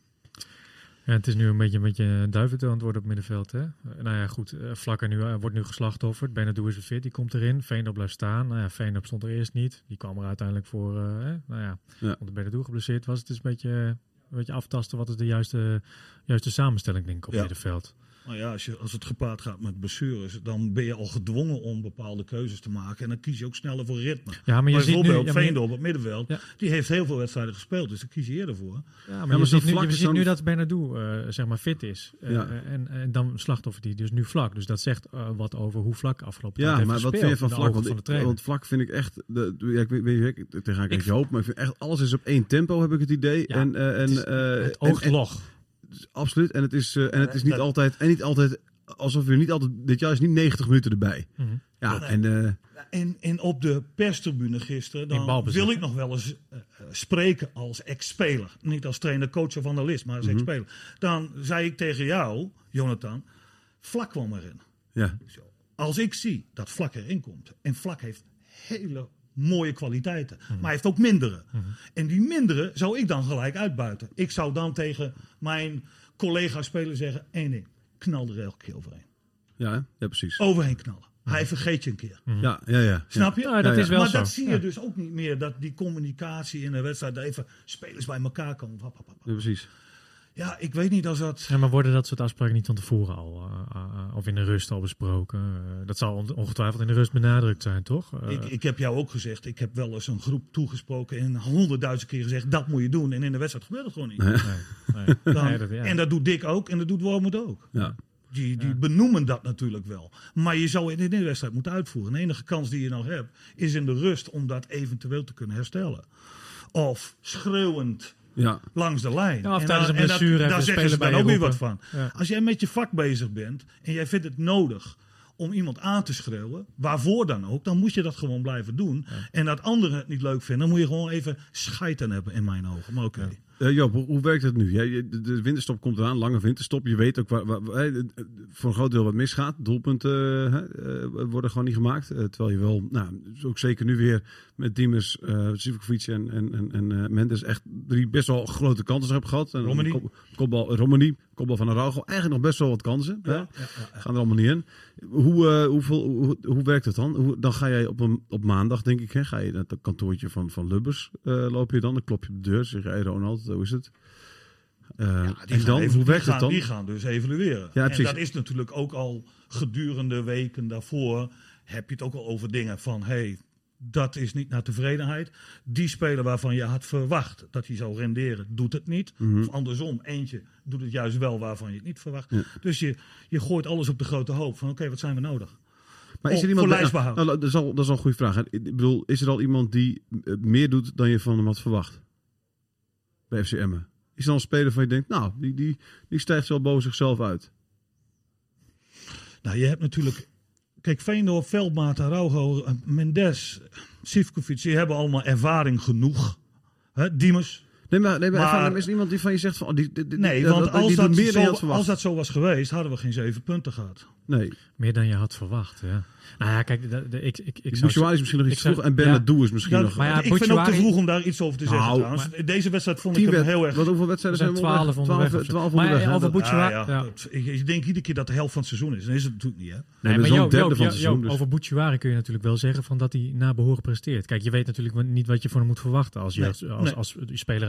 Ja, het is nu een beetje, een beetje duiventil aan het worden op het middenveld. Hè? Uh, nou ja, goed. Uh, Vlakker nu, uh, wordt nu geslachtofferd. Benadou is er fit, die komt erin. Veendorp blijft staan. Nou ja, Veendorp stond er eerst niet. Die kwam er uiteindelijk voor, uh, hè? Nou ja, Ja. omdat Benadou geblesseerd was. Het is een beetje, een beetje aftasten wat is de juiste, juiste samenstelling, denk ik, op het Ja. middenveld. nou ja, als, je, als het gepaard gaat met blessures, dan ben je al gedwongen om bepaalde keuzes te maken. En dan kies je ook sneller voor ritme. Ja, maar je ziet nu... Bijvoorbeeld Ja, maar je- Veendorp op het middenveld, Ja. die heeft heel veel wedstrijden gespeeld. Dus daar kies je eerder voor. Ja, maar, maar je zo'n ziet, nu, vlak je is ziet dan- nu dat Benadou uh, zeg maar fit is. Uh, Ja. en, en dan slachtoffert hij dus nu Vlak. Dus dat zegt uh, wat over hoe Vlak afgelopen tijd Ja, heeft maar wat gespeeld vind je van in de Vlak? ogen Want, van de ik- trainer. want Vlak vind ik echt... De, de- ja, ik weet, weet je, ik, tegen haar Ik- ik je hoop, maar ik vind echt alles is op één tempo, heb ik het idee. Ja, en, uh, en, het is- uh, het en- oogt en- log. Absoluut. En het is, uh, en het is niet dat- altijd... En niet altijd... Alsof je niet altijd... Dit jaar is niet negentig minuten erbij. Mhm. Ja, Nee. en... Uh, En, en op de perstribune gisteren, In dan balbezit, wil ik hè? nog wel eens uh, uh, spreken als ex-speler. Niet als trainer, coach of analist, maar als Mhm. ex-speler. Dan zei ik tegen jou, Jonathan, Vlak kwam erin. ja. Als ik zie dat Vlak erin komt, en Vlak heeft hele mooie kwaliteiten, Mhm. maar hij heeft ook mindere. En die mindere zou ik dan gelijk uitbuiten. Ik zou dan tegen mijn collega-speler zeggen, één ding, knal er elke keer overheen. Ja, hè? Ja, precies. Overheen knallen. Hij vergeet je een keer. Ja, ja, ja. ja. Snap je? Ja, dat Ja, is wel maar zo. dat zie je Ja. dus ook niet meer, dat die communicatie in de wedstrijd, dat even spelers bij elkaar komen. Wap, wap, wap. Ja, precies. Ja, ik weet niet als dat... Ja, maar worden dat soort afspraken niet van tevoren al, uh, uh, of in de rust al besproken? Uh, dat zal on- ongetwijfeld in de rust benadrukt zijn, toch? Uh, Ik, ik heb jou ook gezegd, ik heb wel eens een groep toegesproken en honderdduizend keer gezegd, dat moet je doen. En in de wedstrijd gebeurt het gewoon niet. nee, nee. Dan- Nee, dat, ja. En dat doet Dick ook en dat doet Wormoed ook. Ja. Die, die benoemen dat natuurlijk wel. Maar je zou het in de wedstrijd moeten uitvoeren. De enige kans die je nog hebt, is in de rust om dat eventueel te kunnen herstellen. Of schreeuwend Ja. langs de lijn. Ja, of En tijdens dan- een en dat- blessure even daar de zeggen ze speler dan ook bij weer je wat van. Ja. Als jij met je vak bezig bent en jij vindt het nodig om iemand aan te schreeuwen, waarvoor dan ook, dan moet je dat gewoon blijven doen. En dat anderen het niet leuk vinden, dan moet je gewoon even scheid aan hebben in mijn ogen. Maar oké. Uh, Joop, hoe, hoe werkt het nu? Ja, je- de, de winterstop komt eraan, lange winterstop. Je weet ook waar, waar, waar- eh, voor een groot deel wat misgaat. Doelpunten uh, uh, worden gewoon niet gemaakt. Uh, terwijl je wel, nou, ook zeker nu weer met Diemers, uh, Zivkovic en, en, en, en uh, Mendes echt drie best wel grote kansen hebben gehad. En Romani. Kop, kopbal, Romani, kopbal van Araujo. Eigenlijk nog best wel wat kansen. Ja, hè? ja, ja, ja. Gaan er allemaal niet in. Hoe, uh, hoeveel, hoe, hoe werkt het dan? Hoe, dan ga jij op, een, op maandag, denk ik, hè, ga je naar het kantoortje van, van Lubbers uh, loop je dan. Dan klop je op de deur, zeg je, hey Ronald, hoe is het? Uh, Ja, die en gaan dan, even- hoe werkt die het gaan, dan? Die gaan dus evalueren. Ja, en precies. dat is natuurlijk ook al gedurende weken daarvoor, heb je het ook al over dingen van, hey, dat is niet naar tevredenheid. Die speler waarvan je had verwacht dat hij zou renderen, doet het niet. Mhm. Of andersom, eentje doet het juist wel waarvan je het niet verwacht. Ja. Dus je, je gooit alles op de grote hoop van, oké, wat zijn we nodig? Maar is er Oh, iemand voor bij- lijstbehoud. nou, dat, is al, dat is al een goede vraag. hè. Ik bedoel, is er al iemand die uh, meer doet dan je van hem had verwacht? Bij F C Emmen. Is er al een speler van je denkt, nou, die, die, die stijgt zo boven zichzelf uit? Nou, je hebt natuurlijk... Kijk, Veendorp, Veldmaat, Araujo, Mendes, Sivkovic, die hebben allemaal ervaring genoeg. Hè, Diemers. Nee, maar, nee, maar, Maar- ervaring, is er iemand die van je zegt van... Oh, die, die, die- Nee, die- want die- als, die dat doet meer dan je zo, had verwacht. als dat zo was geweest, hadden we geen zeven punten gehad. Nee, Meer dan je had verwacht, ja. Nou ja, kijk, de, de, ik, ik, ik die zou... Bouchouari is misschien nog iets ik zou- vroeg en Benadou is misschien Ja, nog... maar ja, ik vind ook te Bouchouari- vroeg om daar iets over te zeggen Nou, trouwens. Deze wedstrijd vond Tien ik hem wed- heel erg... Wat, hoeveel Er wedstrijden zijn zijn we twaalf onderweg. Twaalf, of zo. twaalf Maar onderweg. hè? over Dat- Bouchouari- Ja, ja. ja. dat- Ik, ik denk iedere keer dat de helft van het seizoen is. Dan is het natuurlijk niet, hè? Nee, hebben maar zo'n Joop, derde Joop, van het Joop, seizoen, dus- over Bouchouari kun je natuurlijk wel zeggen van dat hij na behoren presteert. Kijk, je weet natuurlijk niet wat je van hem moet verwachten als, je, Nee, als, als, nee. als, die speler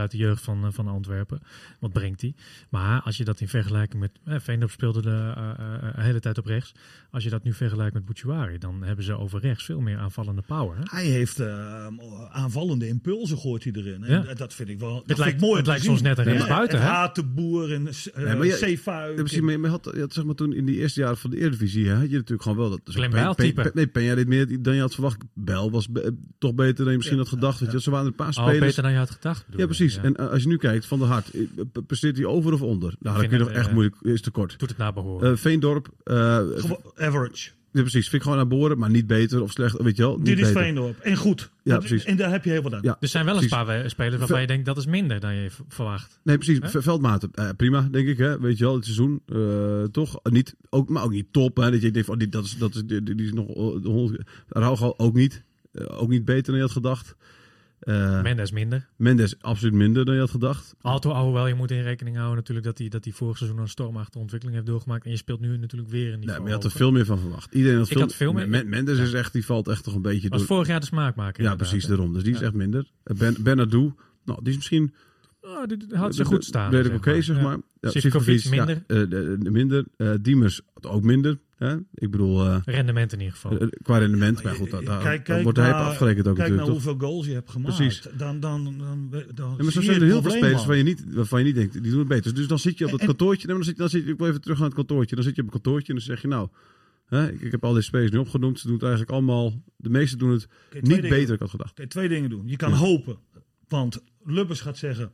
uit de jeugd van, uh, van Antwerpen. Wat brengt hij? Maar als je dat in vergelijking met... Eh, Veendorp speelde de uh, uh, uh, hele tijd op rechts. Als je dat nu vergelijkt met Bouchouari, dan hebben ze over rechts veel meer aanvallende power. Hè? Hij heeft uh, aanvallende impulsen, gooit hij erin. Ja. En dat vind ik wel... Dat Het lijkt, mooi het lijkt soms net een rechts buiten. Hè? Hè? Hatenboer en uh, Ja, maar je- Zeefuik. Ja, precies, maar je had, je had zeg maar toen in die eerste jaren van de Eredivisie, hè, had je natuurlijk gewoon wel dat. Dus Glenn Pen- Bijl Pen- type. Pen- Nee, Penja deed meer dan je had verwacht. Bijl was be- toch beter dan je misschien had gedacht. Weet je. Ze waren een paar Oh, spelers. beter dan je had gedacht. bedoel Ja, je. precies. Ja. En uh, als je nu kijkt, Van der Hart, eh, presteert hij over of onder? Nou, dan vind kun je het, nog echt eh, moeilijk, is te kort. Doet het nabehoren. Uh, Veendorp, uh, Gewo- average. ja, precies, vind ik gewoon naar boren, maar niet beter of slecht, weet je wel. Niet Dit is beter. Veendorp. En goed. Ja, Dat- precies. En daar heb je heel wat aan. Ja, er zijn wel een precies. paar we- spelers waarvan je denkt dat is minder dan je v- verwacht. Nee, precies. Hè? V- Veldmaten, eh, prima, denk ik. Hè? Weet je wel, het seizoen. Uh, toch? Niet, ook, maar ook niet top. Hè? Dat je denkt, van, die, dat is, dat is, die, die is nog... Uh, de honderd- Araujo ook niet. Uh, ook niet beter dan je had gedacht. Uh, Mendes minder. Mendes absoluut minder dan je had gedacht. Alto, alhoewel je moet in rekening houden natuurlijk dat hij dat hij vorig seizoen een stormachtige ontwikkeling heeft doorgemaakt. En je speelt nu natuurlijk weer een niveau Nee, maar je had er hoger. veel meer van verwacht. Iedereen had Ik veel, had veel meer- Men- Mendes Ja. is echt, die valt echt toch een beetje Was door. vorig jaar de smaakmaker. Ja, inderdaad, precies, hè. daarom. Dus die is Ja. echt minder. Uh, Ben, Benadou, nou, die is misschien... Oh, die die houdt ze goed staan. Redelijk oké, zeg maar. Ja, Sivkovic Sivkovic, minder. Ja, uh, de- de- minder. Uh, Diemers ook minder. Hè? Ik bedoel... Uh, Rendement in ieder geval. Uh, qua rendement, maar goed, daar, daar, Kijk, daar kijk wordt hij naar- op afgerekend ook Kijk naar natuurlijk. Toch? hoeveel goals je hebt gemaakt. Precies. Dan, dan, dan, dan, dan Ja, maar zo zie je zijn er het heel veel probleem spelers al. waarvan je, niet, waarvan je niet denkt, die doen het beter. Dus dan zit je op dat En- kantoortje, nee, maar dan zit, dan zit je, ik wil even terug naar het kantoortje, dan zit je op een kantoortje en dan zeg je nou, hè, ik, ik heb al deze spelers nu opgenoemd, ze doen het eigenlijk allemaal, de meesten doen het Kun je twee niet dingen- beter dan ik had gedacht. Kun je twee dingen doen. Je kan Ja. hopen, want Lubbers gaat zeggen,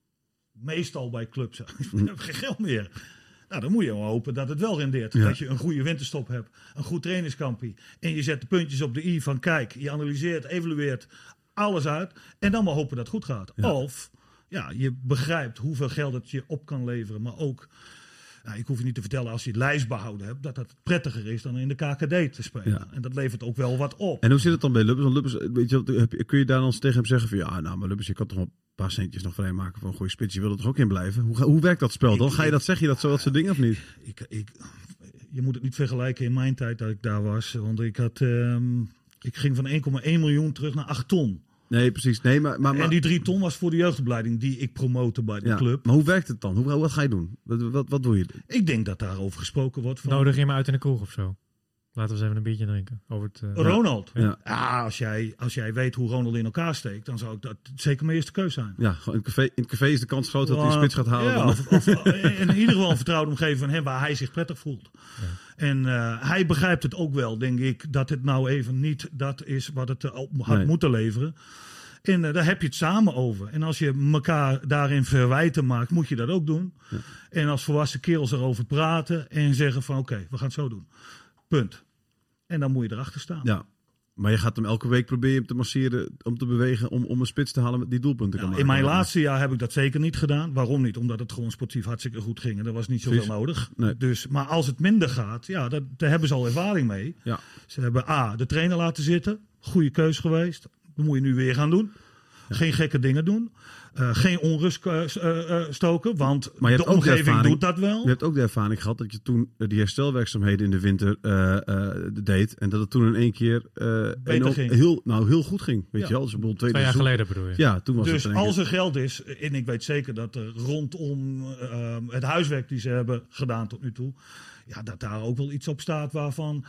meestal bij clubs, ik heb geen geld meer. Nou, dan moet je wel hopen dat het wel rendeert. Ja. Dat je een goede winterstop hebt, een goed trainingskampie. En je zet de puntjes op de i van kijk, je analyseert, evalueert alles uit. En dan maar hopen dat het goed gaat. Ja. Of ja, je begrijpt hoeveel geld het je op kan leveren. Maar ook, nou, ik hoef je niet te vertellen als je het lijst behouden hebt, dat het prettiger is dan in de K K D te spelen. Ja. En dat levert ook wel wat op. En hoe zit het dan bij Lubbers? Want Lubbers, weet je, wel, heb je- kun je daar dan tegen hem zeggen van ja, nou maar Lubbers, je kan toch wel een paar centjes nog vrijmaken voor een goede spits, je wil er toch ook in blijven? Hoe, ga- hoe werkt dat spel dan? Ga je dat, zeg je dat zo, dat soort dingen of niet? Ik, ik, je moet het niet vergelijken in mijn tijd dat ik daar was. Want ik, had, ehm, ik ging van één komma één miljoen terug naar acht ton. Nee, precies. Nee, maar, maar, maar, En die drie ton was voor de jeugdopleiding die ik promote bij de ja, club. maar hoe werkt het dan? Hoe, wat ga je doen? Wat, wat, wat doe je? Ik denk dat daarover gesproken wordt van Nodig je hem uit in de kroeg of zo? Laten we eens even een biertje drinken. Over het, uh, Ronald. Ja. Ja, als, jij, als jij weet hoe Ronald in elkaar steekt, dan zou ik dat zeker mijn eerste keus zijn. Ja, gewoon in het café, in het café is de kans groot dat hij een Want- spits gaat halen. Ja, dan- of, of in ieder geval een vertrouwde omgeving van hem waar hij zich prettig voelt. Ja. En uh, hij begrijpt het ook wel, denk ik, dat het nou even niet dat is wat het uh, had Nee. moeten leveren. En uh, daar heb je het samen over. En als je elkaar daarin verwijten maakt, moet je dat ook doen. Ja. En als volwassen kerels erover praten en zeggen van oké, okay, we gaan het zo doen. Punt. En dan moet je erachter staan. Ja, maar je gaat hem elke week proberen te masseren, om te bewegen, om, om een spits te halen met die doelpunten. Nou, kan in maken. mijn laatste jaar heb ik dat zeker niet gedaan. Waarom niet? Omdat het gewoon sportief hartstikke goed ging. En er was niet zoveel Precies. nodig. Nee. Dus, maar als het minder gaat, ja, dat, daar hebben ze al ervaring mee. Ja. Ze hebben A, de trainer laten zitten. Goede keus geweest. Dat moet je nu weer gaan doen. Ja. Geen gekke dingen doen. Uh, geen onrust uh, uh, stoken, want maar je de hebt ook de omgeving ervaring, doet dat wel. Je hebt ook de ervaring gehad dat je toen uh, die herstelwerkzaamheden in de winter uh, uh, deed. En dat het toen in één keer uh, Beter ging. Heel, nou, heel goed ging. Weet Ja. je wel? Dus bijvoorbeeld Twee jaar geleden bedoel je? Ja, toen was dus het in één als keer... er geld is, en ik weet zeker dat er rondom uh, het huiswerk die ze hebben gedaan tot nu toe, ja, dat daar ook wel iets op staat waarvan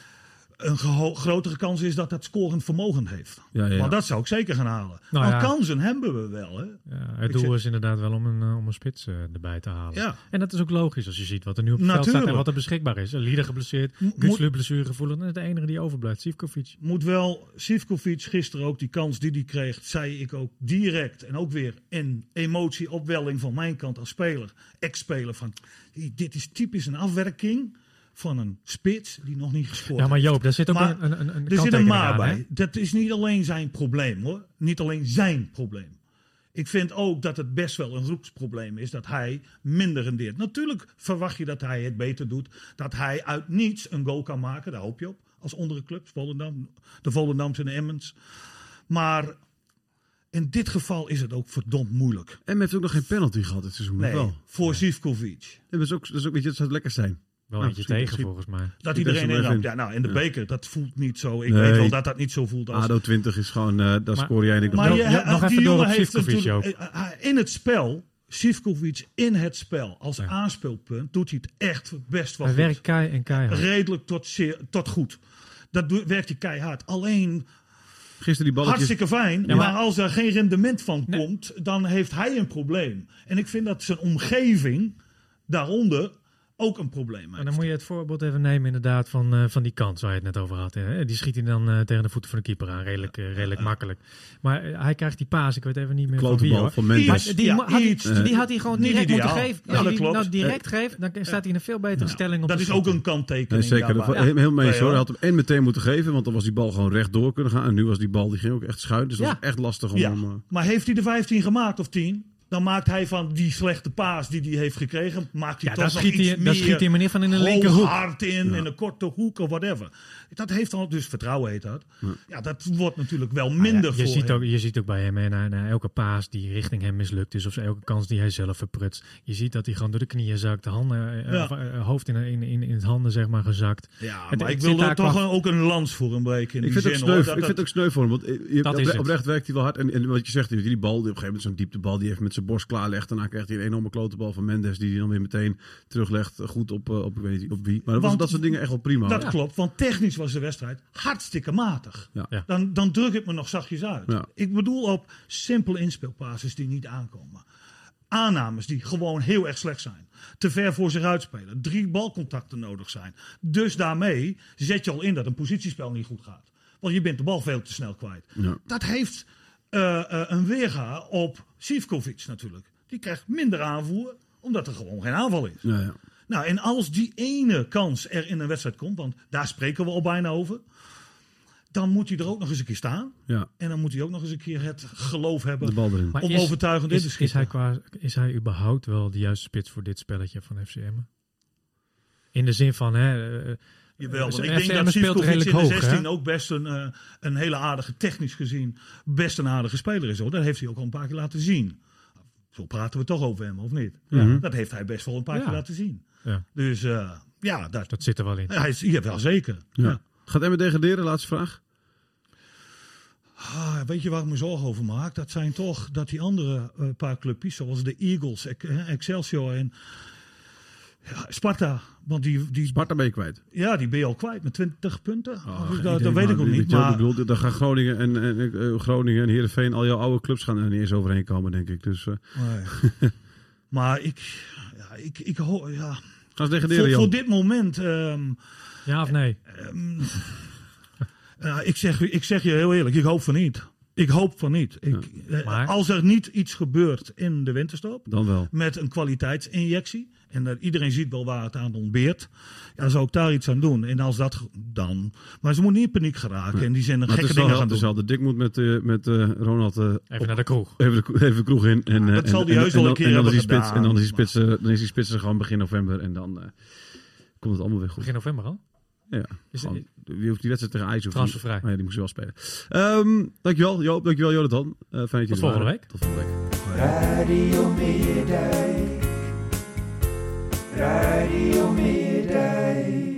een geho- grotere kans is dat dat scorend vermogen heeft. Ja, ja, ja. Want dat zou ik zeker gaan halen. Nou, Want ja. kansen hebben we wel. Hè? Ja, het Ik doel zeg- is inderdaad wel om een, uh, om een spits uh, erbij te halen. Ja. En dat is ook logisch als je ziet wat er nu op het veld Natuurlijk. staat en wat er beschikbaar is. Lieder geblesseerd, Mo- Gutslu blessuregevoelig. Dat is de enige die overblijft, Sivkovic. Moet wel, Sivkovic gisteren ook die kans die hij kreeg, zei ik ook direct. En ook weer in emotieopwelling van mijn kant als speler, ex-speler. Van, dit is typisch een afwerking van een spits die nog niet gescoord Ja, maar heeft. Joop, daar zit ook Maar een, een, een Er zit een kanttekening maar aan, bij. hè? Dat is niet alleen zijn probleem hoor. Niet alleen zijn probleem. Ik vind ook dat het best wel een groepsprobleem is dat hij minder rendeert. Natuurlijk verwacht je dat hij het beter doet. Dat hij uit niets een goal kan maken. Daar hoop je op. Als andere clubs. Volendam, de Volendams en de Emmens. Maar in dit geval is het ook verdomd moeilijk. En men heeft ook nog geen penalty gehad dit seizoen. Nee, Nog wel. voor Sivkovic. En dat is ook, dat is ook, weet je, dat zou het lekker zijn. Wel Nou, eentje misschien- tegen misschien- volgens mij. Dat Ik iedereen best wel inramt. even- Ja, nou, in de Ja. beker, dat voelt niet zo. Ik Nee. weet wel dat dat niet zo voelt als... A D O twintig is gewoon, uh, daar Maar- scoor jij niks Maar op. je, nog- nog die even door jongen op heeft Sivkovic natuurlijk eh, eh, in het spel, Sivkovic in het spel als Ja. aanspeelpunt, doet hij het echt best wel Hij goed. werkt kei en keihard. Redelijk tot, zeer, tot goed. Dat doe- werkt hij keihard. Alleen Gisteren die balletjes... hartstikke fijn, Ja, maar, maar- als er geen rendement van Nee. komt, dan heeft hij een probleem. En ik vind dat zijn omgeving daaronder ook een probleem heeft. Maar dan moet je het voorbeeld even nemen inderdaad van, uh, van die kant waar je het net over had. Hè. Die schiet hij dan uh, tegen de voeten van de keeper aan. Redelijk, uh, redelijk makkelijk. Maar uh, hij krijgt die paas, ik weet even niet meer Klote van wie bal hoor. van Mendes. Iets. Maar die, Ja, mo- had, iets. hij, die had hij gewoon Niet direct moeten ideaal. geven. Ja, Als dat hij klopt. nou direct geeft, dan staat hij in een veel betere stelling om Dat te is ook schieten. een kanttekening. Nee, zeker. daarbij. Dat- Heel mee eens Ja. hoor. Hij had hem en meteen moeten geven, want dan was die bal gewoon rechtdoor kunnen gaan. En nu was die bal, die ging ook echt schuin. Dus dat Ja. was echt lastig om Ja, hem... uh, maar heeft hij de vijftien gemaakt of tien? Dan maakt hij van die slechte paas die hij heeft gekregen, maakt hij Ja, toch daar nog schiet iets hij, meer daar schiet hij meneer van in een linkerhoek. hard in, in een korte hoek of whatever. Dat heeft dan dus vertrouwen heet dat. Ja, dat wordt natuurlijk wel minder Ah, ja, je, voor ziet hem. ook, je ziet ook bij hem, hè, na, na elke paas die richting hem mislukt is, of elke kans die hij zelf verprutst. Je ziet dat hij gewoon door de knieën zakt, de handen, eh, Ja. of, eh, hoofd in, in, in, in het handen zeg maar gezakt. Ja, Het- maar het ik zit wil daar er toch qua- wel ook een lans voor hem breken. In Ik die vind, het ook zin, hoor, sneu, dat ik vind het dat- ook sneu voor hem. Want je, je- Dat is opre- het. oprecht werkt hij wel hard. En, en wat je zegt, die bal, die op een gegeven moment zo'n dieptebal, die heeft met zijn borst klaarlegt. Daarna krijgt hij een enorme klote bal van Mendes, die hij dan weer meteen teruglegt. Goed op, uh, op ik weet niet op wie. Maar dat, was, Want- dat soort dingen echt wel prima. Dat hoor. klopt, want technisch was de wedstrijd hartstikke matig. Ja. Ja. Dan, dan druk ik me nog zachtjes uit. Ja. Ik bedoel op simpele inspeelpases die niet aankomen. Aannames die gewoon heel erg slecht zijn. Te ver voor zich uitspelen. Drie balcontacten nodig zijn. Dus daarmee zet je al in dat een positiespel niet goed gaat. Want je bent de bal veel te snel kwijt. Ja. Dat heeft uh, uh, een weerga op Sivkovic natuurlijk. Die krijgt minder aanvoer, omdat er gewoon geen aanval is. Ja, ja. Nou, en als die ene kans er in een wedstrijd komt, want daar spreken we al bijna over, dan moet hij er ook nog eens een keer staan. Ja, En dan moet hij ook nog eens een keer het geloof de hebben bal erin. Maar om is- overtuigend in te Is, is, schieten. hij qua, is hij überhaupt wel de juiste spits voor dit spelletje van F C Emmen? In de zin van, hè, uh, Jawel, want F C ik denk Emmen dat speelt Sivkovic in redelijk de hoog, zestien hè? ook best een, uh, een hele aardige, technisch gezien, best een aardige speler is. Hoor. Dat heeft hij ook al een paar keer laten zien. Zo praten we toch over hem, of niet? Mhm. Dat heeft hij best wel een paar Ja. keer laten zien. Ja. Dus uh, ja, dat, dat zit er wel in. hij is ja, wel zeker. Ja. Ja. Gaat Emmen degraderen? Laatste vraag. Ah, weet je waar ik me zorgen over maak? Dat zijn toch dat die andere uh, paar clubjes, zoals de Eagles, Excelsior en ja, Sparta. Want die, die, Sparta ben je kwijt. ja, die ben je al kwijt met twintig punten. Oh, Of geen is dat, idee, dat weet maar ik ook weet niet. je wat Maar, ik bedoel? Dan gaan Groningen en, en uh, Groningen en Heerenveen, al jouw oude clubs gaan er niet eens overheen komen, denk ik. Dus uh, nee. maar ik, ja, ik, ik hoor, ja. gaan ze degraderen, Voor, Jan? voor dit moment, um, Ja of nee? um, ja, ik, zeg, ik zeg je heel eerlijk, ik hoop van niet. Ik hoop van niet. Ik, eh, Maar- Als er niet iets gebeurt in de winterstop, Dan wel. met een kwaliteitsinjectie. En dat iedereen ziet wel waar het aan ontbeert. Ja, dan zou ik daar iets aan doen. En als dat ge- dan. Maar ze moeten niet in paniek geraken. En die zijn Maar het gekke is wel, dingen gaan het is doen. wel de Dik moet met, uh, met uh, Ronald uh, Even naar de kroeg. even, de, even de kroeg in. En, Ja, dat uh, zal en, die en- heus en wel een dan- keer en dan is die hebben spits, en dan is die gedaan, spits, uh, dan is die spits er gewoon begin november. En dan uh, komt het allemaal weer goed. Begin november al? Ja, Is gewoon, het- wie hoeft die wedstrijd tegen Ajax? hoeft niet. Transfervrij. Oh ja, die moest je wel spelen. Um, dankjewel Joop, dankjewel Jonathan. Uh, fijn dat jullie Tot volgende waren. week. Tot volgende week. Radio Meerdijk. Radio Meerdijk.